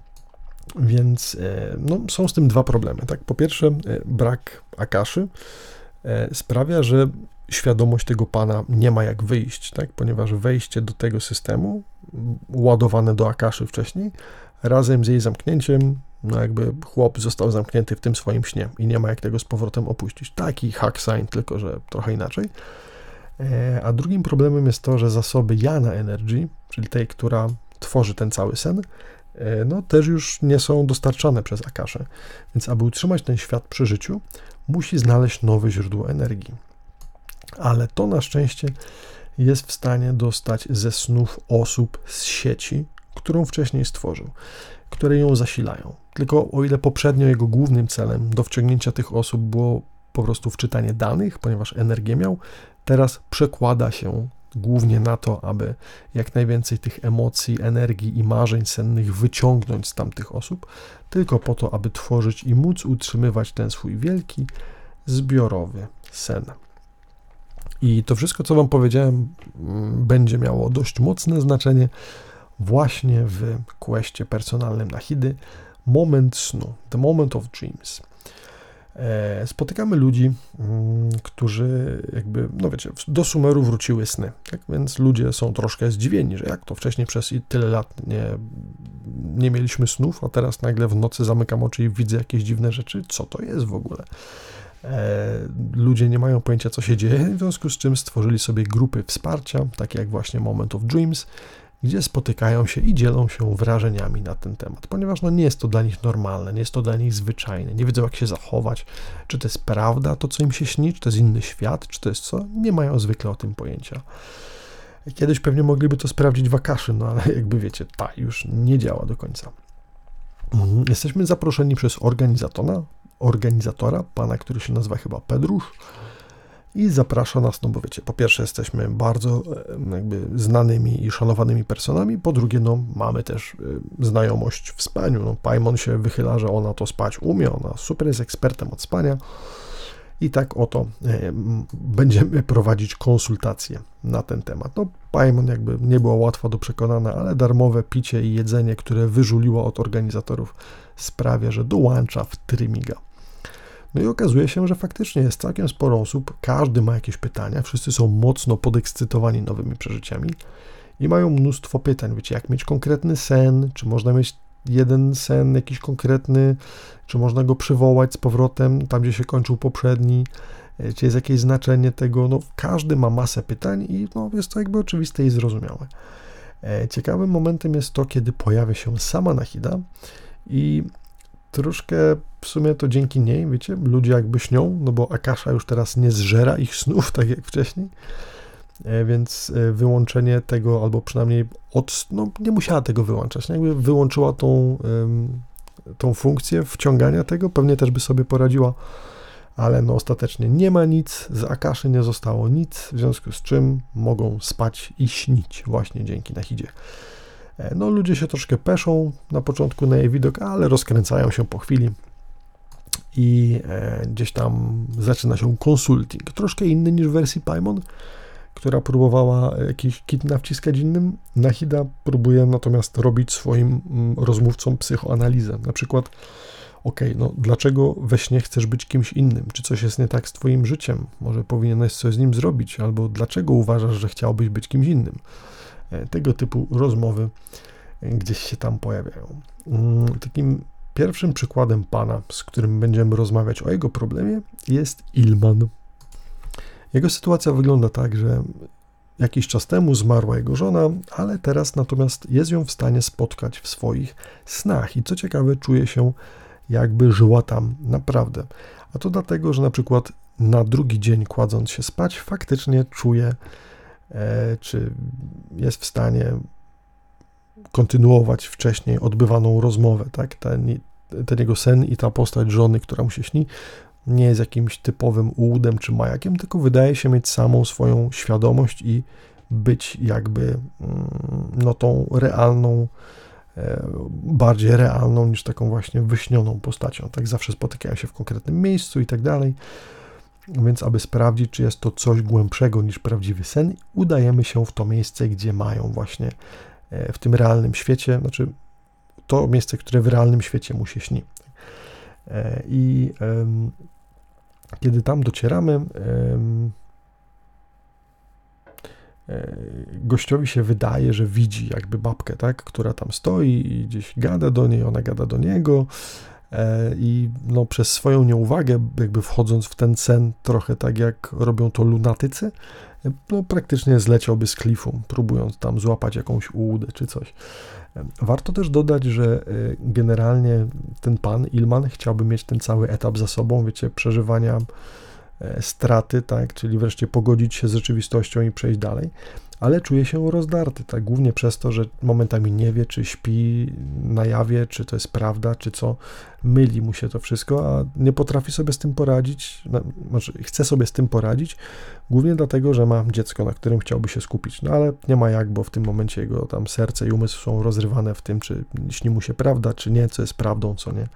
Więc no, są z tym dwa problemy, tak? Po pierwsze, brak Akaszy sprawia, że świadomość tego pana nie ma jak wyjść, tak? Ponieważ wejście do tego systemu, ładowane do Akaszy wcześniej, razem z jej zamknięciem, no jakby chłop został zamknięty w tym swoim śnie i nie ma jak tego z powrotem opuścić. Taki hack sign, tylko że trochę inaczej. A drugim problemem jest to, że zasoby Jana Energy, czyli tej, która tworzy ten cały sen, no też już nie są dostarczane przez Akaszę. Więc aby utrzymać ten świat przy życiu, musi znaleźć nowe źródło energii. Ale to na szczęście jest w stanie dostać ze snów osób z sieci, którą wcześniej stworzył, które ją zasilają. Tylko o ile poprzednio jego głównym celem do wciągnięcia tych osób było po prostu wczytanie danych, ponieważ energię miał, teraz przekłada się głównie na to, aby jak najwięcej tych emocji, energii i marzeń sennych wyciągnąć z tamtych osób, tylko po to, aby tworzyć i móc utrzymywać ten swój wielki, zbiorowy sen. I to wszystko, co wam powiedziałem, będzie miało dość mocne znaczenie właśnie w questie personalnym Nahidy Moment snu, The Moment of Dreams. Spotykamy ludzi, którzy jakby, no wiecie, do Sumeru wróciły sny, tak? Więc ludzie są troszkę zdziwieni, że jak to wcześniej przez tyle lat nie mieliśmy snów, a teraz nagle w nocy zamykam oczy i widzę jakieś dziwne rzeczy, co to jest w ogóle? Ludzie nie mają pojęcia, co się dzieje, w związku z czym stworzyli sobie grupy wsparcia, takie jak właśnie Moment of Dreams, gdzie spotykają się i dzielą się wrażeniami na ten temat, ponieważ no nie jest to dla nich normalne, nie jest to dla nich zwyczajne, nie wiedzą jak się zachować, czy to jest prawda, to co im się śni, czy to jest inny świat, czy to jest co, nie mają zwykle o tym pojęcia. Kiedyś pewnie mogliby to sprawdzić w Akaszy, no ale jakby wiecie, ta już nie działa do końca. Jesteśmy zaproszeni przez organizatora, pana, który się nazywa chyba Pedrusz, i zaprasza nas, no bo wiecie, po pierwsze jesteśmy bardzo jakby znanymi i szanowanymi personami, po drugie, no mamy też znajomość w spaniu, no Paimon się wychyla, że ona to spać umie, ona super jest ekspertem od spania i tak oto będziemy prowadzić konsultacje na ten temat. No Paimon jakby nie była łatwa do przekonania, ale darmowe picie i jedzenie, które wyżuliło od organizatorów, sprawia, że dołącza w trymiga. No i okazuje się, że faktycznie jest całkiem sporo osób, każdy ma jakieś pytania, wszyscy są mocno podekscytowani nowymi przeżyciami i mają mnóstwo pytań, wiecie, jak mieć konkretny sen, czy można mieć jeden sen jakiś konkretny, czy można go przywołać z powrotem tam, gdzie się kończył poprzedni, czy jest jakieś znaczenie tego, no każdy ma masę pytań i no, jest to jakby oczywiste i zrozumiałe. Ciekawym momentem jest to, kiedy pojawia się sama Nahida i troszkę w sumie to dzięki niej, wiecie, ludzie jakby śnią, no bo Akasha już teraz nie zżera ich snów, tak jak wcześniej, więc wyłączenie tego, albo przynajmniej no nie musiała tego wyłączać, jakby wyłączyła tą funkcję wciągania tego, pewnie też by sobie poradziła, ale no ostatecznie nie ma nic, z Akaszy nie zostało nic, w związku z czym mogą spać i śnić właśnie dzięki Nahidzie. No ludzie się troszkę peszą na początku na jej widok, ale rozkręcają się po chwili i gdzieś tam zaczyna się konsulting, troszkę inny niż w wersji Paimon, która próbowała jakiś kit nawciskać innym. Nahida próbuje natomiast robić swoim rozmówcom psychoanalizę, na przykład no dlaczego we śnie chcesz być kimś innym? Czy coś jest nie tak z twoim życiem? Może powinieneś coś z nim zrobić? Albo dlaczego uważasz, że chciałbyś być kimś innym? Tego typu rozmowy gdzieś się tam pojawiają. Takim pierwszym przykładem pana, z którym będziemy rozmawiać o jego problemie, jest Ilman. Jego sytuacja wygląda tak, że jakiś czas temu zmarła jego żona, ale teraz natomiast jest ją w stanie spotkać w swoich snach i co ciekawe czuje się jakby żyła tam naprawdę. A to dlatego, że na przykład na drugi dzień kładąc się spać faktycznie czuje, czy jest w stanie kontynuować wcześniej odbywaną rozmowę, tak? Ten jego sen i ta postać żony, która mu się śni, nie jest jakimś typowym ułudem czy majakiem, tylko wydaje się mieć samą swoją świadomość i być jakby no tą realną, bardziej realną niż taką właśnie wyśnioną postacią. Tak zawsze spotykają się w konkretnym miejscu i tak dalej. Więc aby sprawdzić, czy jest to coś głębszego niż prawdziwy sen, udajemy się w to miejsce, gdzie mają właśnie w tym realnym świecie, znaczy to miejsce, które w realnym świecie mu się śni. I kiedy tam docieramy, gościowi się wydaje, że widzi jakby babkę, tak, która tam stoi i gdzieś gada do niej, ona gada do niego i no przez swoją nieuwagę, jakby wchodząc w ten sen trochę tak jak robią to lunatycy, no praktycznie zleciałby z klifu, próbując tam złapać jakąś ułudę czy coś. Warto też dodać, że generalnie ten pan Ilman chciałby mieć ten cały etap za sobą, wiecie, przeżywania straty, tak, czyli wreszcie pogodzić się z rzeczywistością i przejść dalej, ale czuje się rozdarty, tak, głównie przez to, że momentami nie wie, czy śpi na jawie, czy to jest prawda, czy co, myli mu się to wszystko, a nie potrafi sobie z tym poradzić, znaczy chce sobie z tym poradzić, głównie dlatego, że ma dziecko, na którym chciałby się skupić, no ale nie ma jak, bo w tym momencie jego tam serce i umysł są rozrywane w tym, czy śni mu się prawda, czy nie, co jest prawdą, co nie.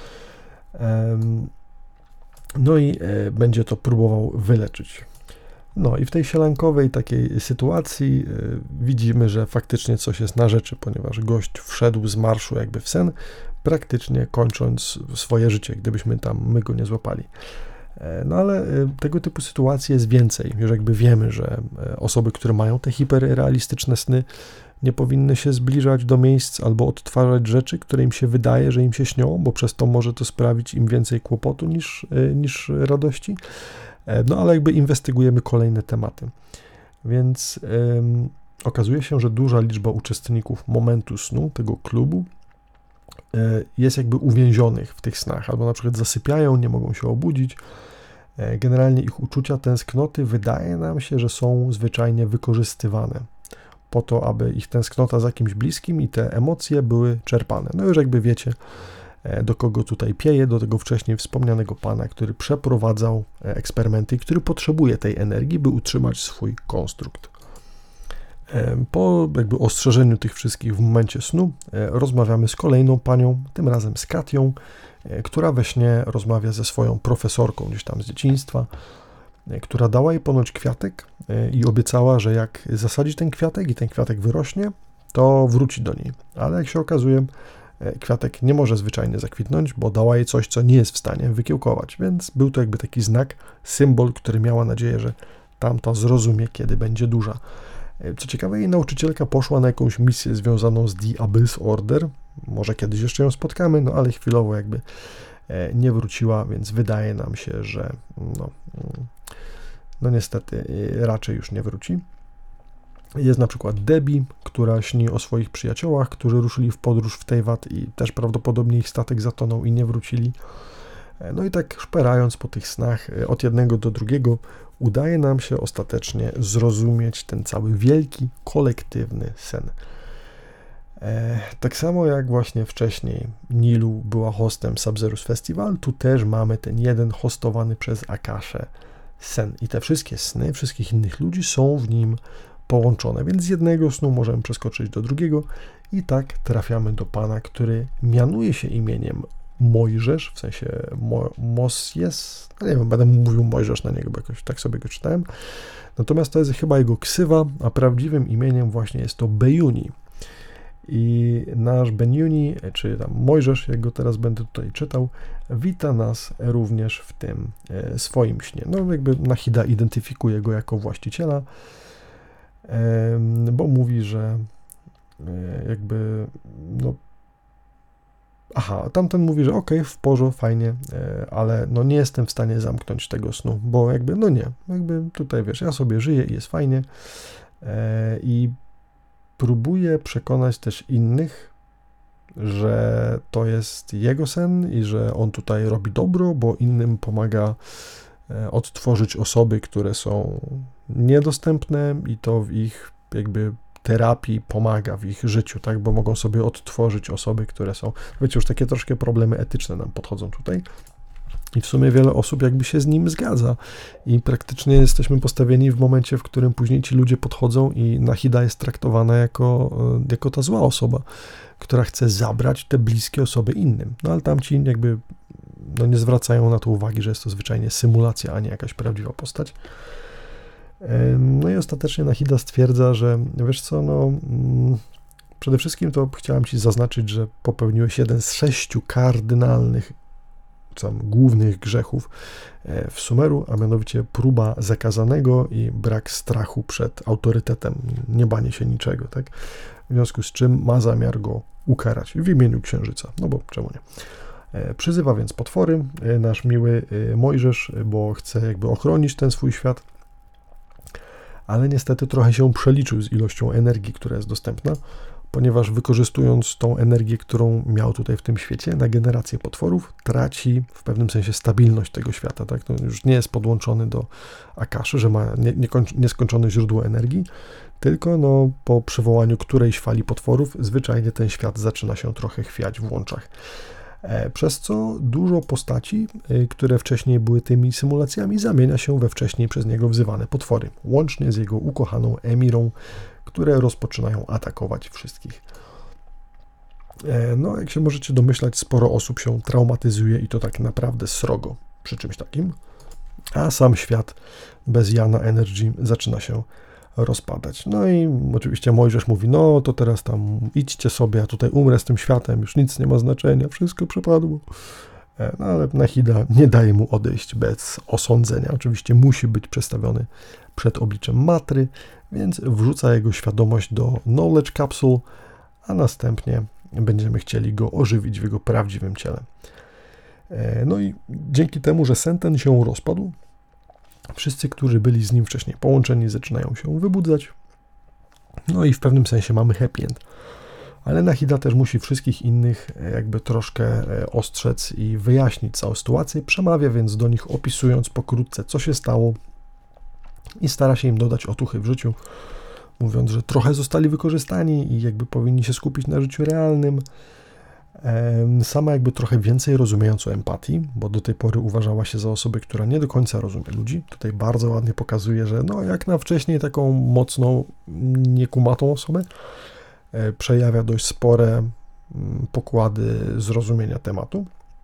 No i będzie to próbował wyleczyć. No i w tej sielankowej takiej sytuacji widzimy, że faktycznie coś jest na rzeczy, ponieważ gość wszedł z marszu jakby w sen, praktycznie kończąc swoje życie, gdybyśmy tam my go nie złapali. No ale tego typu sytuacji jest więcej. Już jakby wiemy, że osoby, które mają te hiperrealistyczne sny, nie powinny się zbliżać do miejsc albo odtwarzać rzeczy, które im się wydaje, że im się śnią, bo przez to może to sprawić im więcej kłopotu niż radości. No ale jakby inwestygujemy kolejne tematy. Więc okazuje się, że duża liczba uczestników momentu snu, tego klubu, jest jakby uwięzionych w tych snach, albo na przykład zasypiają, nie mogą się obudzić. Generalnie ich uczucia, tęsknoty wydaje nam się, że są zwyczajnie wykorzystywane po to, aby ich tęsknota za kimś bliskim i te emocje były czerpane. No już jakby wiecie, do kogo tutaj pieje, do tego wcześniej wspomnianego pana, który przeprowadzał eksperymenty i który potrzebuje tej energii, by utrzymać swój konstrukt. Po jakby ostrzeżeniu tych wszystkich w momencie snu rozmawiamy z kolejną panią, tym razem z Katią, która we śnie rozmawia ze swoją profesorką gdzieś tam z dzieciństwa, która dała jej ponoć kwiatek i obiecała, że jak zasadzi ten kwiatek i ten kwiatek wyrośnie, to wróci do niej. Ale jak się okazuje, kwiatek nie może zwyczajnie zakwitnąć, bo dała jej coś, co nie jest w stanie wykiełkować, więc był to jakby taki znak, symbol, który miała nadzieję, że tamta zrozumie, kiedy będzie duża. Co ciekawe, jej nauczycielka poszła na jakąś misję związaną z The Abyss Order, może kiedyś jeszcze ją spotkamy, no ale chwilowo jakby nie wróciła, więc wydaje nam się, że no niestety raczej już nie wróci. Jest na przykład Debbie, która śni o swoich przyjaciołach, którzy ruszyli w podróż w Teyvat i też prawdopodobnie ich statek zatonął i nie wrócili. No i tak szperając po tych snach od jednego do drugiego, udaje nam się ostatecznie zrozumieć ten cały wielki, kolektywny sen. Tak samo jak właśnie wcześniej Nilu była hostem Sabzerus Festival, tu też mamy ten jeden hostowany przez Akaszę sen. I te wszystkie sny wszystkich innych ludzi są w nim połączone, więc z jednego snu możemy przeskoczyć do drugiego i tak trafiamy do pana, który mianuje się imieniem Mojżesz, w sensie Moses, no nie wiem, będę mówił Mojżesz na niego, bo jakoś tak sobie go czytałem. Natomiast to jest chyba jego ksywa, a prawdziwym imieniem właśnie jest to Bejuni. I nasz Benjuni, czy tam Mojżesz, jak go teraz będę tutaj czytał, wita nas również w tym swoim śnie. No jakby Nahida identyfikuje go jako właściciela, bo mówi, że jakby no tamten mówi, że okej, w porządku, fajnie, ale no nie jestem w stanie zamknąć tego snu, bo jakby no nie, jakby tutaj wiesz, ja sobie żyję i jest fajnie i próbuję przekonać też innych, że to jest jego sen i że on tutaj robi dobro, bo innym pomaga odtworzyć osoby, które są niedostępne i to w ich jakby terapii pomaga w ich życiu, tak, bo mogą sobie odtworzyć osoby, które są, wiecie, już takie troszkę problemy etyczne nam podchodzą tutaj i w sumie wiele osób jakby się z nim zgadza i praktycznie jesteśmy postawieni w momencie, w którym później ci ludzie podchodzą i Nahida jest traktowana jako ta zła osoba, która chce zabrać te bliskie osoby innym, no ale tamci jakby no nie zwracają na to uwagi, że jest to zwyczajnie symulacja, a nie jakaś prawdziwa postać. No i ostatecznie Nahida stwierdza, że wiesz co, no przede wszystkim to chciałem ci zaznaczyć, że popełniłeś jeden z 6 kardynalnych, głównych grzechów w Sumeru, a mianowicie próba zakazanego i brak strachu przed autorytetem, nie banie się niczego, tak? W związku z czym ma zamiar go ukarać w imieniu księżyca, no bo czemu nie? Przyzywa więc potwory, nasz miły Mojżesz, bo chce jakby ochronić ten swój świat, ale niestety trochę się przeliczył z ilością energii, która jest dostępna, ponieważ wykorzystując tą energię, którą miał tutaj w tym świecie na generację potworów, traci w pewnym sensie stabilność tego świata, tak? To już nie jest podłączony do Akaszy, że ma nieskończone źródło energii, tylko no, po przywołaniu którejś fali potworów zwyczajnie ten świat zaczyna się trochę chwiać w łączach. Przez co dużo postaci, które wcześniej były tymi symulacjami, zamienia się we wcześniej przez niego wzywane potwory, łącznie z jego ukochaną Emirą, które rozpoczynają atakować wszystkich. No, jak się możecie domyślać, sporo osób się traumatyzuje i to tak naprawdę srogo przy czymś takim, a sam świat bez Jana Energy zaczyna się rozpadać. No i oczywiście Mojżesz mówi, no to teraz tam idźcie sobie, ja tutaj umrę z tym światem, już nic nie ma znaczenia, wszystko przepadło. No ale Nahida nie daje mu odejść bez osądzenia. Oczywiście musi być przestawiony przed obliczem Matry, więc wrzuca jego świadomość do Knowledge Capsule, a następnie będziemy chcieli go ożywić w jego prawdziwym ciele. No i dzięki temu, że sen ten się rozpadł, wszyscy, którzy byli z nim wcześniej połączeni, zaczynają się wybudzać. No i w pewnym sensie mamy happy end. Ale Nahida też musi wszystkich innych jakby troszkę ostrzec i wyjaśnić całą sytuację. Przemawia więc do nich, opisując pokrótce, co się stało i stara się im dodać otuchy w życiu, mówiąc, że trochę zostali wykorzystani i jakby powinni się skupić na życiu realnym. Sama jakby trochę więcej rozumiejąc o empatii, bo do tej pory uważała się za osobę, która nie do końca rozumie ludzi. Tutaj bardzo ładnie pokazuje, że no jak na wcześniej taką mocno niekumatą osobę, przejawia dość spore pokłady zrozumienia tematu.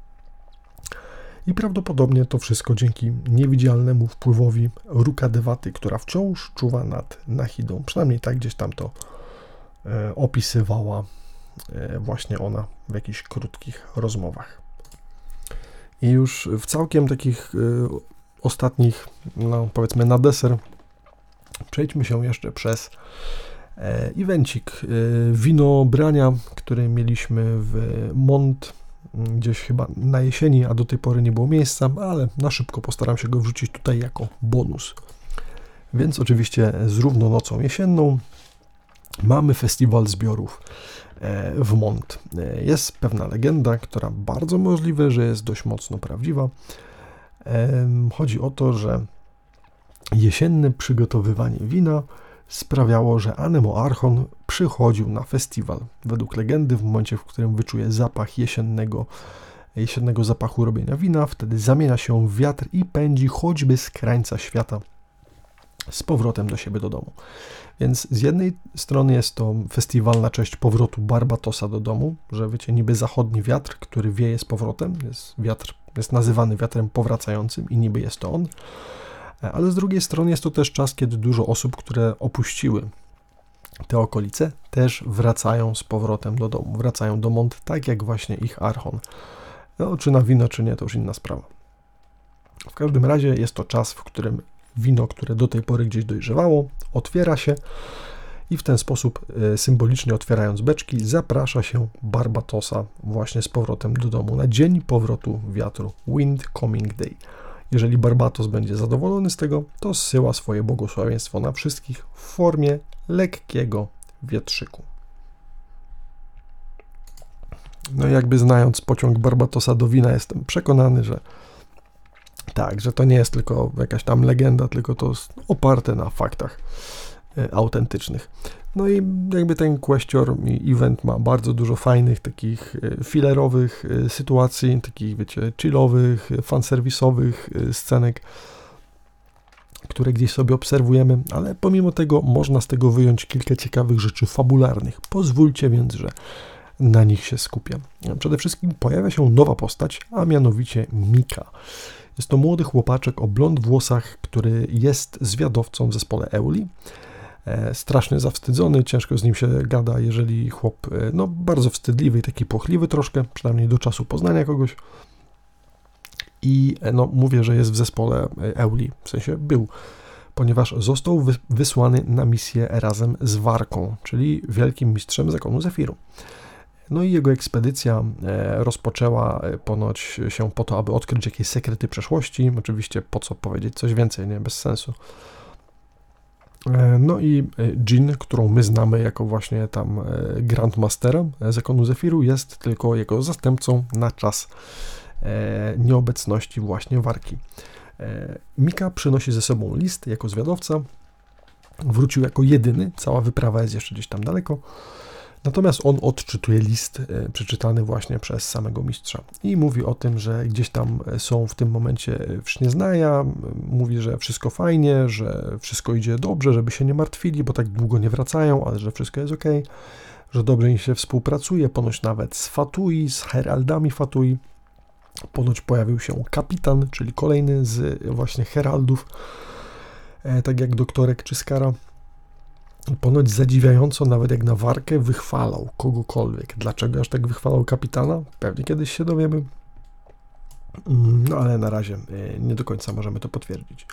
I prawdopodobnie to wszystko dzięki niewidzialnemu wpływowi Rukadewaty, która wciąż czuwa nad Nahidą. Przynajmniej tak gdzieś tam to opisywała właśnie ona w jakichś krótkich rozmowach. I już w całkiem takich ostatnich, no powiedzmy na deser, przejdźmy się jeszcze przez evencik winobrania, który mieliśmy w Mont, gdzieś chyba na jesieni, a do tej pory nie było miejsca, ale na szybko postaram się go wrzucić tutaj jako bonus. Więc oczywiście z równą nocą jesienną mamy festiwal zbiorów w Mont. Jest pewna legenda, która bardzo możliwe, że jest dość mocno prawdziwa. Chodzi o to, że jesienne przygotowywanie wina sprawiało, że Anemo-Archon przychodził na festiwal. Według legendy, w momencie, w którym wyczuje zapach jesiennego zapachu robienia wina, wtedy zamienia się w wiatr i pędzi choćby z krańca świata z powrotem do siebie do domu. Więc z jednej strony jest to festiwal na cześć powrotu Barbatosa do domu, że wiecie, niby zachodni wiatr, który wieje z powrotem, jest nazywany wiatrem powracającym i niby jest to on, ale z drugiej strony jest to też czas, kiedy dużo osób, które opuściły te okolice, też wracają z powrotem do domu, wracają do Mont, tak jak właśnie ich Archon. No, czy na wino, czy nie, to już inna sprawa. W każdym razie jest to czas, w którym wino, które do tej pory gdzieś dojrzewało, otwiera się i w ten sposób, symbolicznie otwierając beczki, zaprasza się Barbatosa właśnie z powrotem do domu na dzień powrotu wiatru, Wind Coming Day. Jeżeli Barbatos będzie zadowolony z tego, to zsyła swoje błogosławieństwo na wszystkich w formie lekkiego wietrzyku. No jakby znając pociąg Barbatosa do wina, jestem przekonany, że tak, że to nie jest tylko jakaś tam legenda, tylko to jest oparte na faktach autentycznych. No i jakby ten Questior i event ma bardzo dużo fajnych, takich fillerowych sytuacji, takich wiecie, chillowych, fanserwisowych scenek, które gdzieś sobie obserwujemy, ale pomimo tego można z tego wyjąć kilka ciekawych rzeczy fabularnych. Pozwólcie więc, że na nich się skupię. Przede wszystkim pojawia się nowa postać, a mianowicie Mika. Jest to młody chłopaczek o blond włosach, który jest zwiadowcą w zespole Euli. Strasznie zawstydzony, ciężko z nim się gada, jeżeli chłop, no bardzo wstydliwy i taki płochliwy troszkę, przynajmniej do czasu poznania kogoś. I no mówię, że jest w zespole Euli, w sensie był, ponieważ został wysłany na misję razem z Warką, czyli wielkim mistrzem zakonu Zefiru. No i jego ekspedycja rozpoczęła ponoć się po to, aby odkryć jakieś sekrety przeszłości. Oczywiście po co powiedzieć coś więcej, nie? Bez sensu. No i Jin, którą my znamy jako właśnie tam Grandmastera zakonu Zefiru, jest tylko jego zastępcą na czas nieobecności właśnie Warki. Mika przynosi ze sobą list jako zwiadowca. Wrócił jako jedyny, cała wyprawa jest jeszcze gdzieś tam daleko. Natomiast on odczytuje list przeczytany właśnie przez samego mistrza i mówi o tym, że gdzieś tam są w tym momencie w Śnieznaja, mówi, że wszystko fajnie, że wszystko idzie dobrze, żeby się nie martwili, bo tak długo nie wracają, ale że wszystko jest ok, że dobrze im się współpracuje, ponoć nawet z Fatui, z heraldami Fatui. Ponoć pojawił się kapitan, czyli kolejny z właśnie heraldów, tak jak doktorek czy Skara. Ponoć zadziwiająco, nawet jak na Warkę, wychwalał kogokolwiek. Dlaczego aż tak wychwalał kapitana? Pewnie kiedyś się dowiemy. No ale na razie nie do końca możemy to potwierdzić.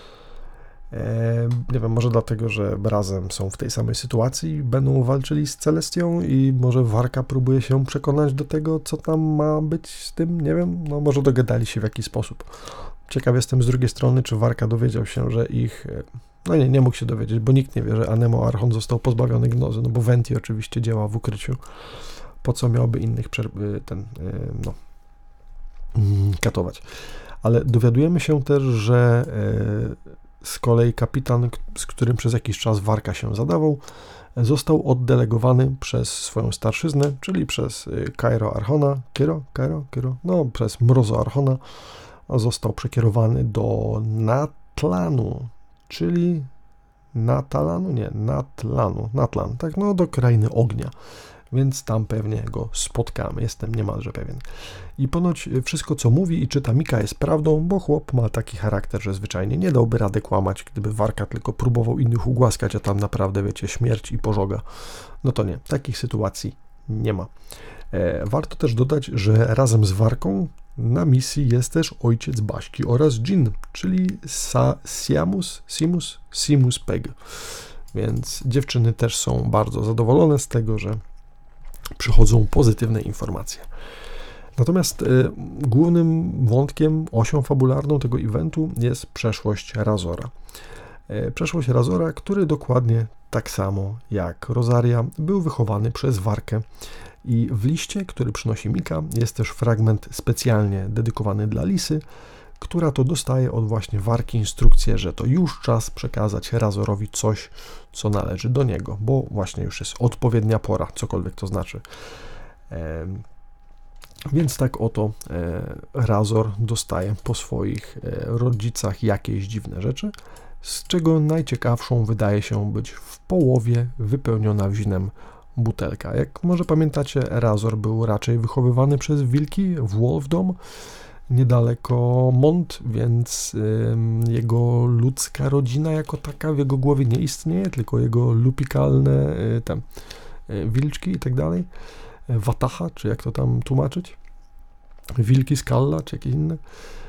Nie wiem, może dlatego, że razem są w tej samej sytuacji, będą walczyli z Celestią i może Warka próbuje się przekonać do tego, co tam ma być z tym, nie wiem, no może dogadali się w jakiś sposób. Ciekaw jestem z drugiej strony, czy Warka dowiedział się, że ich... No nie mógł się dowiedzieć, bo nikt nie wie, że Anemo-Archon został pozbawiony gnozy, no bo Venti oczywiście działa w ukryciu. Po co miałby innych katować. Ale dowiadujemy się też, że z kolei kapitan, z którym przez jakiś czas Warka się zadawał, został oddelegowany przez swoją starszyznę, czyli przez Cairo Archona, przez Mrozo Archona, a został przekierowany do Natlanu, czyli Natlan, tak, no do krainy ognia, więc tam pewnie go spotkamy, jestem niemalże pewien. I ponoć wszystko, co mówi i czyta Mika, jest prawdą, bo chłop ma taki charakter, że zwyczajnie nie dałby rady kłamać, gdyby Warka tylko próbował innych ugłaskać, a tam naprawdę, wiecie, śmierć i pożoga. No to nie, takich sytuacji nie ma. Warto też dodać, że razem z Warką na misji jest też ojciec Baśki oraz Jean, czyli Simus Pegg. Więc dziewczyny też są bardzo zadowolone z tego, że przychodzą pozytywne informacje. Natomiast głównym wątkiem, osią fabularną tego eventu jest przeszłość Razora. Przeszłość Razora, który dokładnie tak samo jak Rosaria był wychowany przez Warkę. I w liście, który przynosi Mika, jest też fragment specjalnie dedykowany dla Lisy, która to dostaje od właśnie Warki instrukcję, że to już czas przekazać Razorowi coś, co należy do niego, bo właśnie już jest odpowiednia pora, cokolwiek to znaczy. Więc tak oto Razor dostaje po swoich rodzicach jakieś dziwne rzeczy, z czego najciekawszą wydaje się być w połowie wypełniona winem butelka. Jak może pamiętacie, Razor był raczej wychowywany przez wilki w Wolfdom, niedaleko Mont, więc jego ludzka rodzina jako taka w jego głowie nie istnieje, tylko jego lupikalne wilczki i tak dalej. Wataha, czy jak to tam tłumaczyć? Wilki Skalla, czy jakieś inne.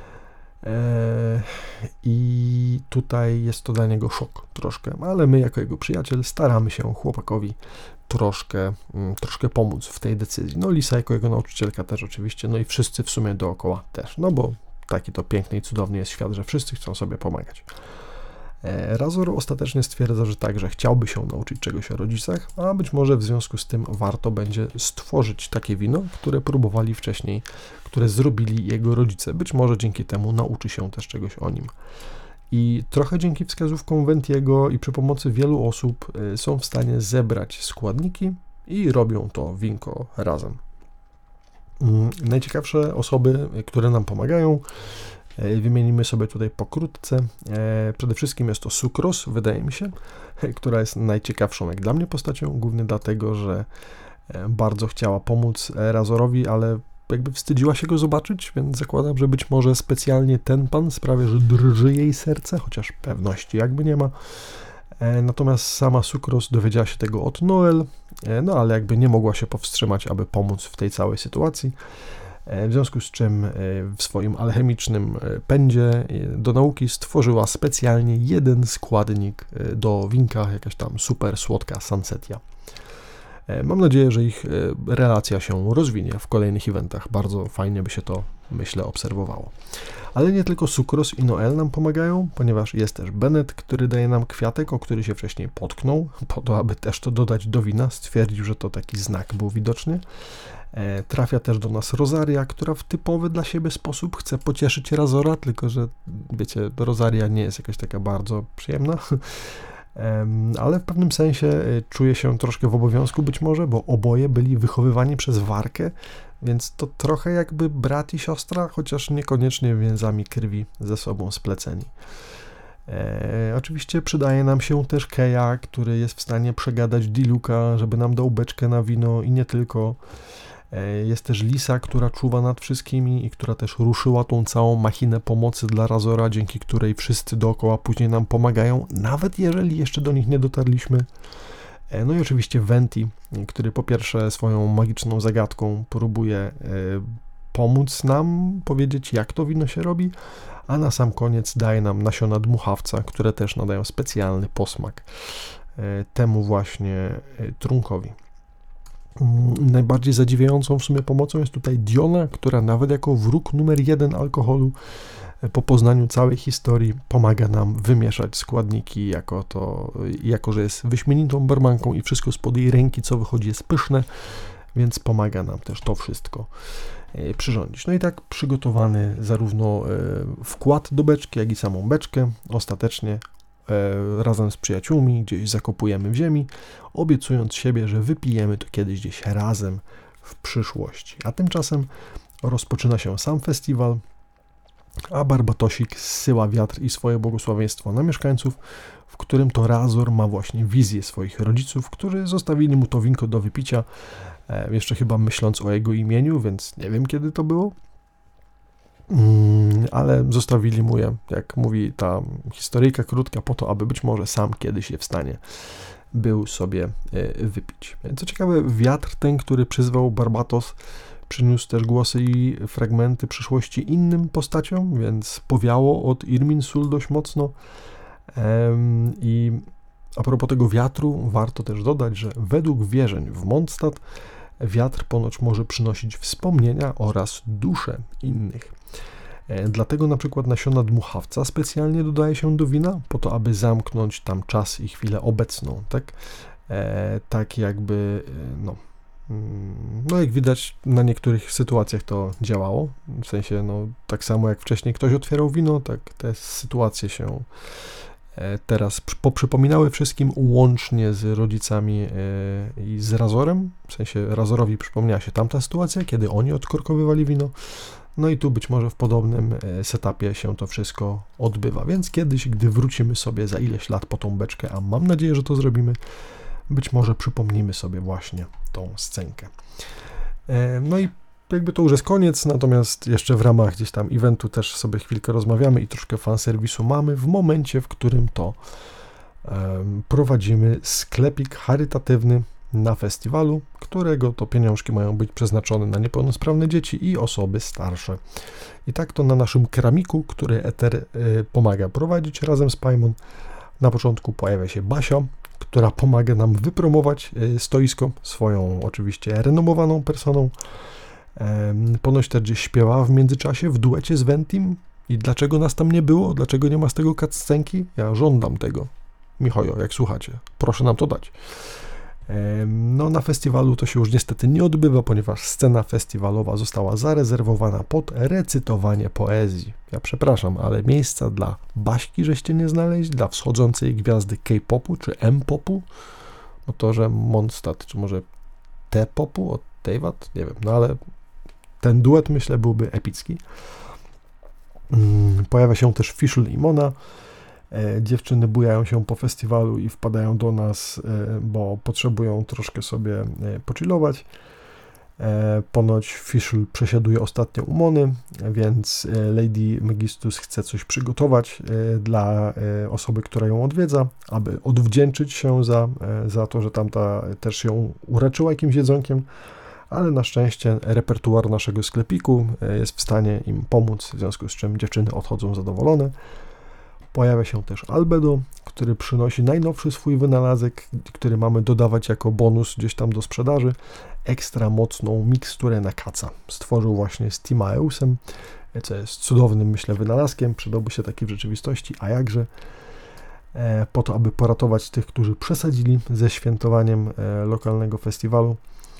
I tutaj jest to dla niego szok troszkę, ale my jako jego przyjaciel staramy się chłopakowi troszkę pomóc w tej decyzji. No Lisa jako jego nauczycielka też oczywiście, no i wszyscy w sumie dookoła też, no bo taki to piękny i cudowny jest świat, że wszyscy chcą sobie pomagać. Razor ostatecznie stwierdza, że tak, że chciałby się nauczyć czegoś o rodzicach, a być może w związku z tym warto będzie stworzyć takie wino, które próbowali wcześniej, które zrobili jego rodzice. Być może dzięki temu nauczy się też czegoś o nim. I trochę dzięki wskazówkom Ventiego i przy pomocy wielu osób są w stanie zebrać składniki i robią to winko razem. Najciekawsze osoby, które nam pomagają, wymienimy sobie tutaj pokrótce. Przede wszystkim jest to Sucros, wydaje mi się, która jest najciekawszą jak dla mnie postacią, głównie dlatego, że bardzo chciała pomóc Razorowi, ale jakby wstydziła się go zobaczyć, więc zakładam, że być może specjalnie ten pan sprawia, że drży jej serce, chociaż pewności jakby nie ma. Natomiast sama Sucros dowiedziała się tego od Noel, no ale jakby nie mogła się powstrzymać, aby pomóc w tej całej sytuacji. W związku z czym w swoim alchemicznym pędzie do nauki stworzyła specjalnie jeden składnik do winka, jakaś tam super słodka Sunsetia. Mam nadzieję, że ich relacja się rozwinie w kolejnych eventach. Bardzo fajnie by się to, myślę, obserwowało. Ale nie tylko Sucros i Noel nam pomagają, ponieważ jest też Bennett, który daje nam kwiatek, o który się wcześniej potknął, po to, aby też to dodać do wina. Stwierdził, że to taki znak był widoczny. Trafia też do nas Rosaria, która w typowy dla siebie sposób chce pocieszyć Razora, tylko że, wiecie, Rosaria nie jest jakaś taka bardzo przyjemna, ale w pewnym sensie czuje się troszkę w obowiązku być może, bo oboje byli wychowywani przez Warkę, więc to trochę jakby brat i siostra, chociaż niekoniecznie więzami krwi ze sobą spleceni. Oczywiście przydaje nam się też Keja, który jest w stanie przegadać Diluka, żeby nam dał beczkę na wino i nie tylko. Jest też Lisa, która czuwa nad wszystkimi i która też ruszyła tą całą machinę pomocy dla Razora, dzięki której wszyscy dookoła później nam pomagają, nawet jeżeli jeszcze do nich nie dotarliśmy. No i oczywiście Venti, który po pierwsze swoją magiczną zagadką próbuje pomóc nam powiedzieć, jak to wino się robi, a na sam koniec daje nam nasiona dmuchawca, które też nadają specjalny posmak temu właśnie trunkowi. Najbardziej zadziwiającą w sumie pomocą jest tutaj Diona, która nawet jako wróg numer 1 alkoholu po poznaniu całej historii pomaga nam wymieszać składniki, jako że jest wyśmienitą barmanką i wszystko spod jej ręki, co wychodzi, jest pyszne, więc pomaga nam też to wszystko przyrządzić. No i tak przygotowany zarówno wkład do beczki, jak i samą beczkę ostatecznie razem z przyjaciółmi gdzieś zakopujemy w ziemi, obiecując siebie, że wypijemy to kiedyś gdzieś razem w przyszłości. A tymczasem rozpoczyna się sam festiwal, a Barbatosik zsyła wiatr i swoje błogosławieństwo na mieszkańców, w którym to Razor ma właśnie wizję swoich rodziców, którzy zostawili mu to winko do wypicia, jeszcze chyba myśląc o jego imieniu, więc nie wiem kiedy to było. ale zostawili mu je, jak mówi ta historyjka krótka, po to, aby być może sam kiedyś je w stanie był sobie wypić. Co ciekawe, wiatr ten, który przyzwał Barbatos, przyniósł też głosy i fragmenty przyszłości innym postaciom, więc powiało od Irminsul dość mocno. I a propos tego wiatru, warto też dodać, że według wierzeń w Mondstadt wiatr ponoć może przynosić wspomnienia oraz dusze innych. Dlatego na przykład nasiona dmuchawca specjalnie dodaje się do wina, po to, aby zamknąć tam czas i chwilę obecną, tak? Tak jakby, no jak widać na niektórych sytuacjach to działało, w sensie, tak samo jak wcześniej ktoś otwierał wino, tak te sytuacje się teraz poprzypominały wszystkim, łącznie z rodzicami i z Razorem, w sensie Razorowi przypomniała się tamta sytuacja, kiedy oni odkorkowywali wino, no i tu być może w podobnym setupie się to wszystko odbywa, więc kiedyś, gdy wrócimy sobie za ileś lat po tą beczkę, a mam nadzieję, że to zrobimy, być może przypomnimy sobie właśnie tą scenkę. No i jakby to już jest koniec, natomiast jeszcze w ramach gdzieś tam eventu też sobie chwilkę rozmawiamy i troszkę fanserwisu mamy w momencie, w którym to prowadzimy sklepik charytatywny na festiwalu, którego to pieniążki mają być przeznaczone na niepełnosprawne dzieci i osoby starsze. I tak to na naszym keramiku, który Eter pomaga prowadzić razem z Paimon, na początku pojawia się Basia, która pomaga nam wypromować stoisko swoją oczywiście renomowaną personą. Ponoć też gdzieś śpiewała w międzyczasie w duecie z Ventim. I dlaczego nas tam nie było? Dlaczego nie ma z tego cutscenki? Ja żądam tego. Michojo, jak słuchacie, proszę nam to dać. No na festiwalu to się już niestety nie odbywa, ponieważ scena festiwalowa została zarezerwowana pod recytowanie poezji. Ja przepraszam, ale miejsca dla Baśki żeście nie znaleźli, dla wschodzącej gwiazdy K-popu czy M-popu, bo to, że Mondstadt, czy może T-popu od Teyvat, nie wiem, no ale ten duet myślę byłby epicki. Pojawia się też Fischl i Mona. Dziewczyny bujają się po festiwalu i wpadają do nas, bo potrzebują troszkę sobie pochillować. Ponoć Fischl przesiaduje ostatnio u Mony, więc Lady Megistus chce coś przygotować dla osoby, która ją odwiedza, aby odwdzięczyć się za to, że tamta też ją uraczyła jakimś jedzonkiem, ale na szczęście repertuar naszego sklepiku jest w stanie im pomóc, w związku z czym dziewczyny odchodzą zadowolone. Pojawia się też Albedo, który przynosi najnowszy swój wynalazek, który mamy dodawać jako bonus gdzieś tam do sprzedaży. Ekstra mocną miksturę na kaca. Stworzył właśnie z Timaeusem, co jest cudownym, myślę, wynalazkiem. Przydałby się taki w rzeczywistości, a jakże, po to, aby poratować tych, którzy przesadzili ze świętowaniem lokalnego festiwalu.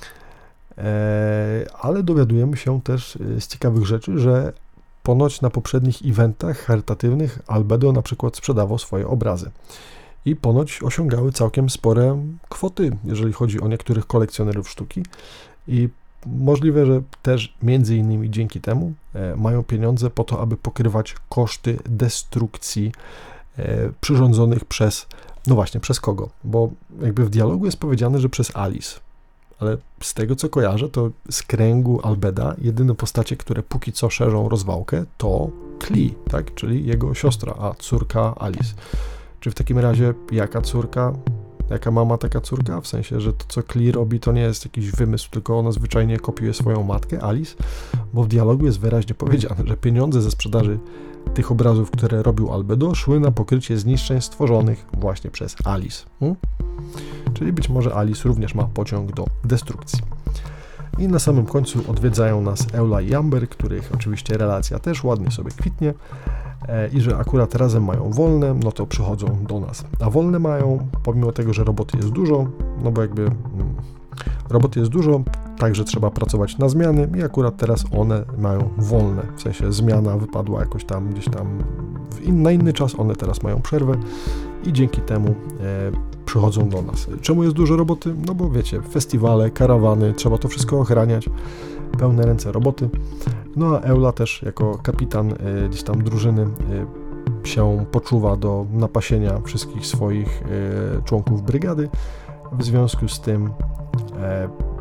Ale dowiadujemy się też z ciekawych rzeczy, że ponoć na poprzednich eventach charytatywnych Albedo na przykład sprzedawał swoje obrazy i ponoć osiągały całkiem spore kwoty, jeżeli chodzi o niektórych kolekcjonerów sztuki i możliwe, że też między innymi dzięki temu mają pieniądze po to, aby pokrywać koszty destrukcji przyrządzonych przez, no właśnie, przez kogo? Bo jakby w dialogu jest powiedziane, że przez Alice. Ale z tego, co kojarzę, to z kręgu Albeda jedyne postacie, które póki co szerzą rozwałkę, to Klee, tak? Czyli jego siostra, a córka Alice. Czy w takim razie jaka córka, jaka mama, taka córka? W sensie, że to, co Klee robi, to nie jest jakiś wymysł, tylko ona zwyczajnie kopiuje swoją matkę, Alice, bo w dialogu jest wyraźnie powiedziane, że pieniądze ze sprzedaży tych obrazów, które robił Albedo, szły na pokrycie zniszczeń stworzonych właśnie przez Alice. Czyli być może Alice również ma pociąg do destrukcji. I na samym końcu odwiedzają nas Eula i Amber, których oczywiście relacja też ładnie sobie kwitnie i że akurat razem mają wolne, no to przychodzą do nas. A wolne mają, pomimo tego, że roboty jest dużo, no bo jakby roboty jest dużo, także trzeba pracować na zmiany i akurat teraz one mają wolne, w sensie zmiana wypadła jakoś tam gdzieś tam na inny czas, one teraz mają przerwę i dzięki temu przychodzą do nas. Czemu jest dużo roboty? No bo wiecie, festiwale, karawany, trzeba to wszystko ochraniać, pełne ręce roboty. No a Eula też jako kapitan gdzieś tam drużyny się poczuwa do napasienia wszystkich swoich członków brygady. W związku z tym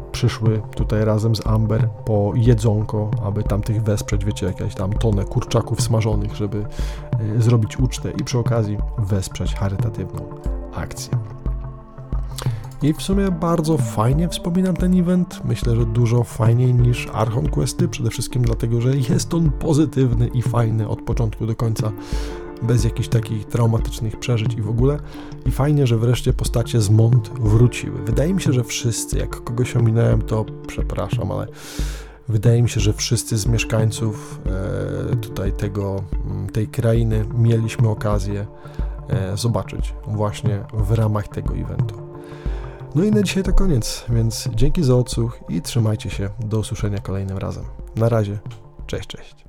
przyszły tutaj razem z Amber po jedzonko, aby tamtych wesprzeć, wiecie, jakąś tam tonę kurczaków smażonych, żeby zrobić ucztę i przy okazji wesprzeć charytatywną akcję. I w sumie bardzo fajnie wspominam ten event. Myślę, że dużo fajniej niż Archon Questy, przede wszystkim dlatego, że jest on pozytywny i fajny od początku do końca, bez jakichś takich traumatycznych przeżyć i w ogóle. I fajnie, że wreszcie postacie z Mont wróciły. Wydaje mi się, że wszyscy, jak kogoś ominąłem, to przepraszam, ale wydaje mi się, że wszyscy z mieszkańców tutaj tej krainy mieliśmy okazję zobaczyć właśnie w ramach tego eventu. No i na dzisiaj to koniec, więc dzięki za odsłuch i trzymajcie się. Do usłyszenia kolejnym razem. Na razie. Cześć, cześć.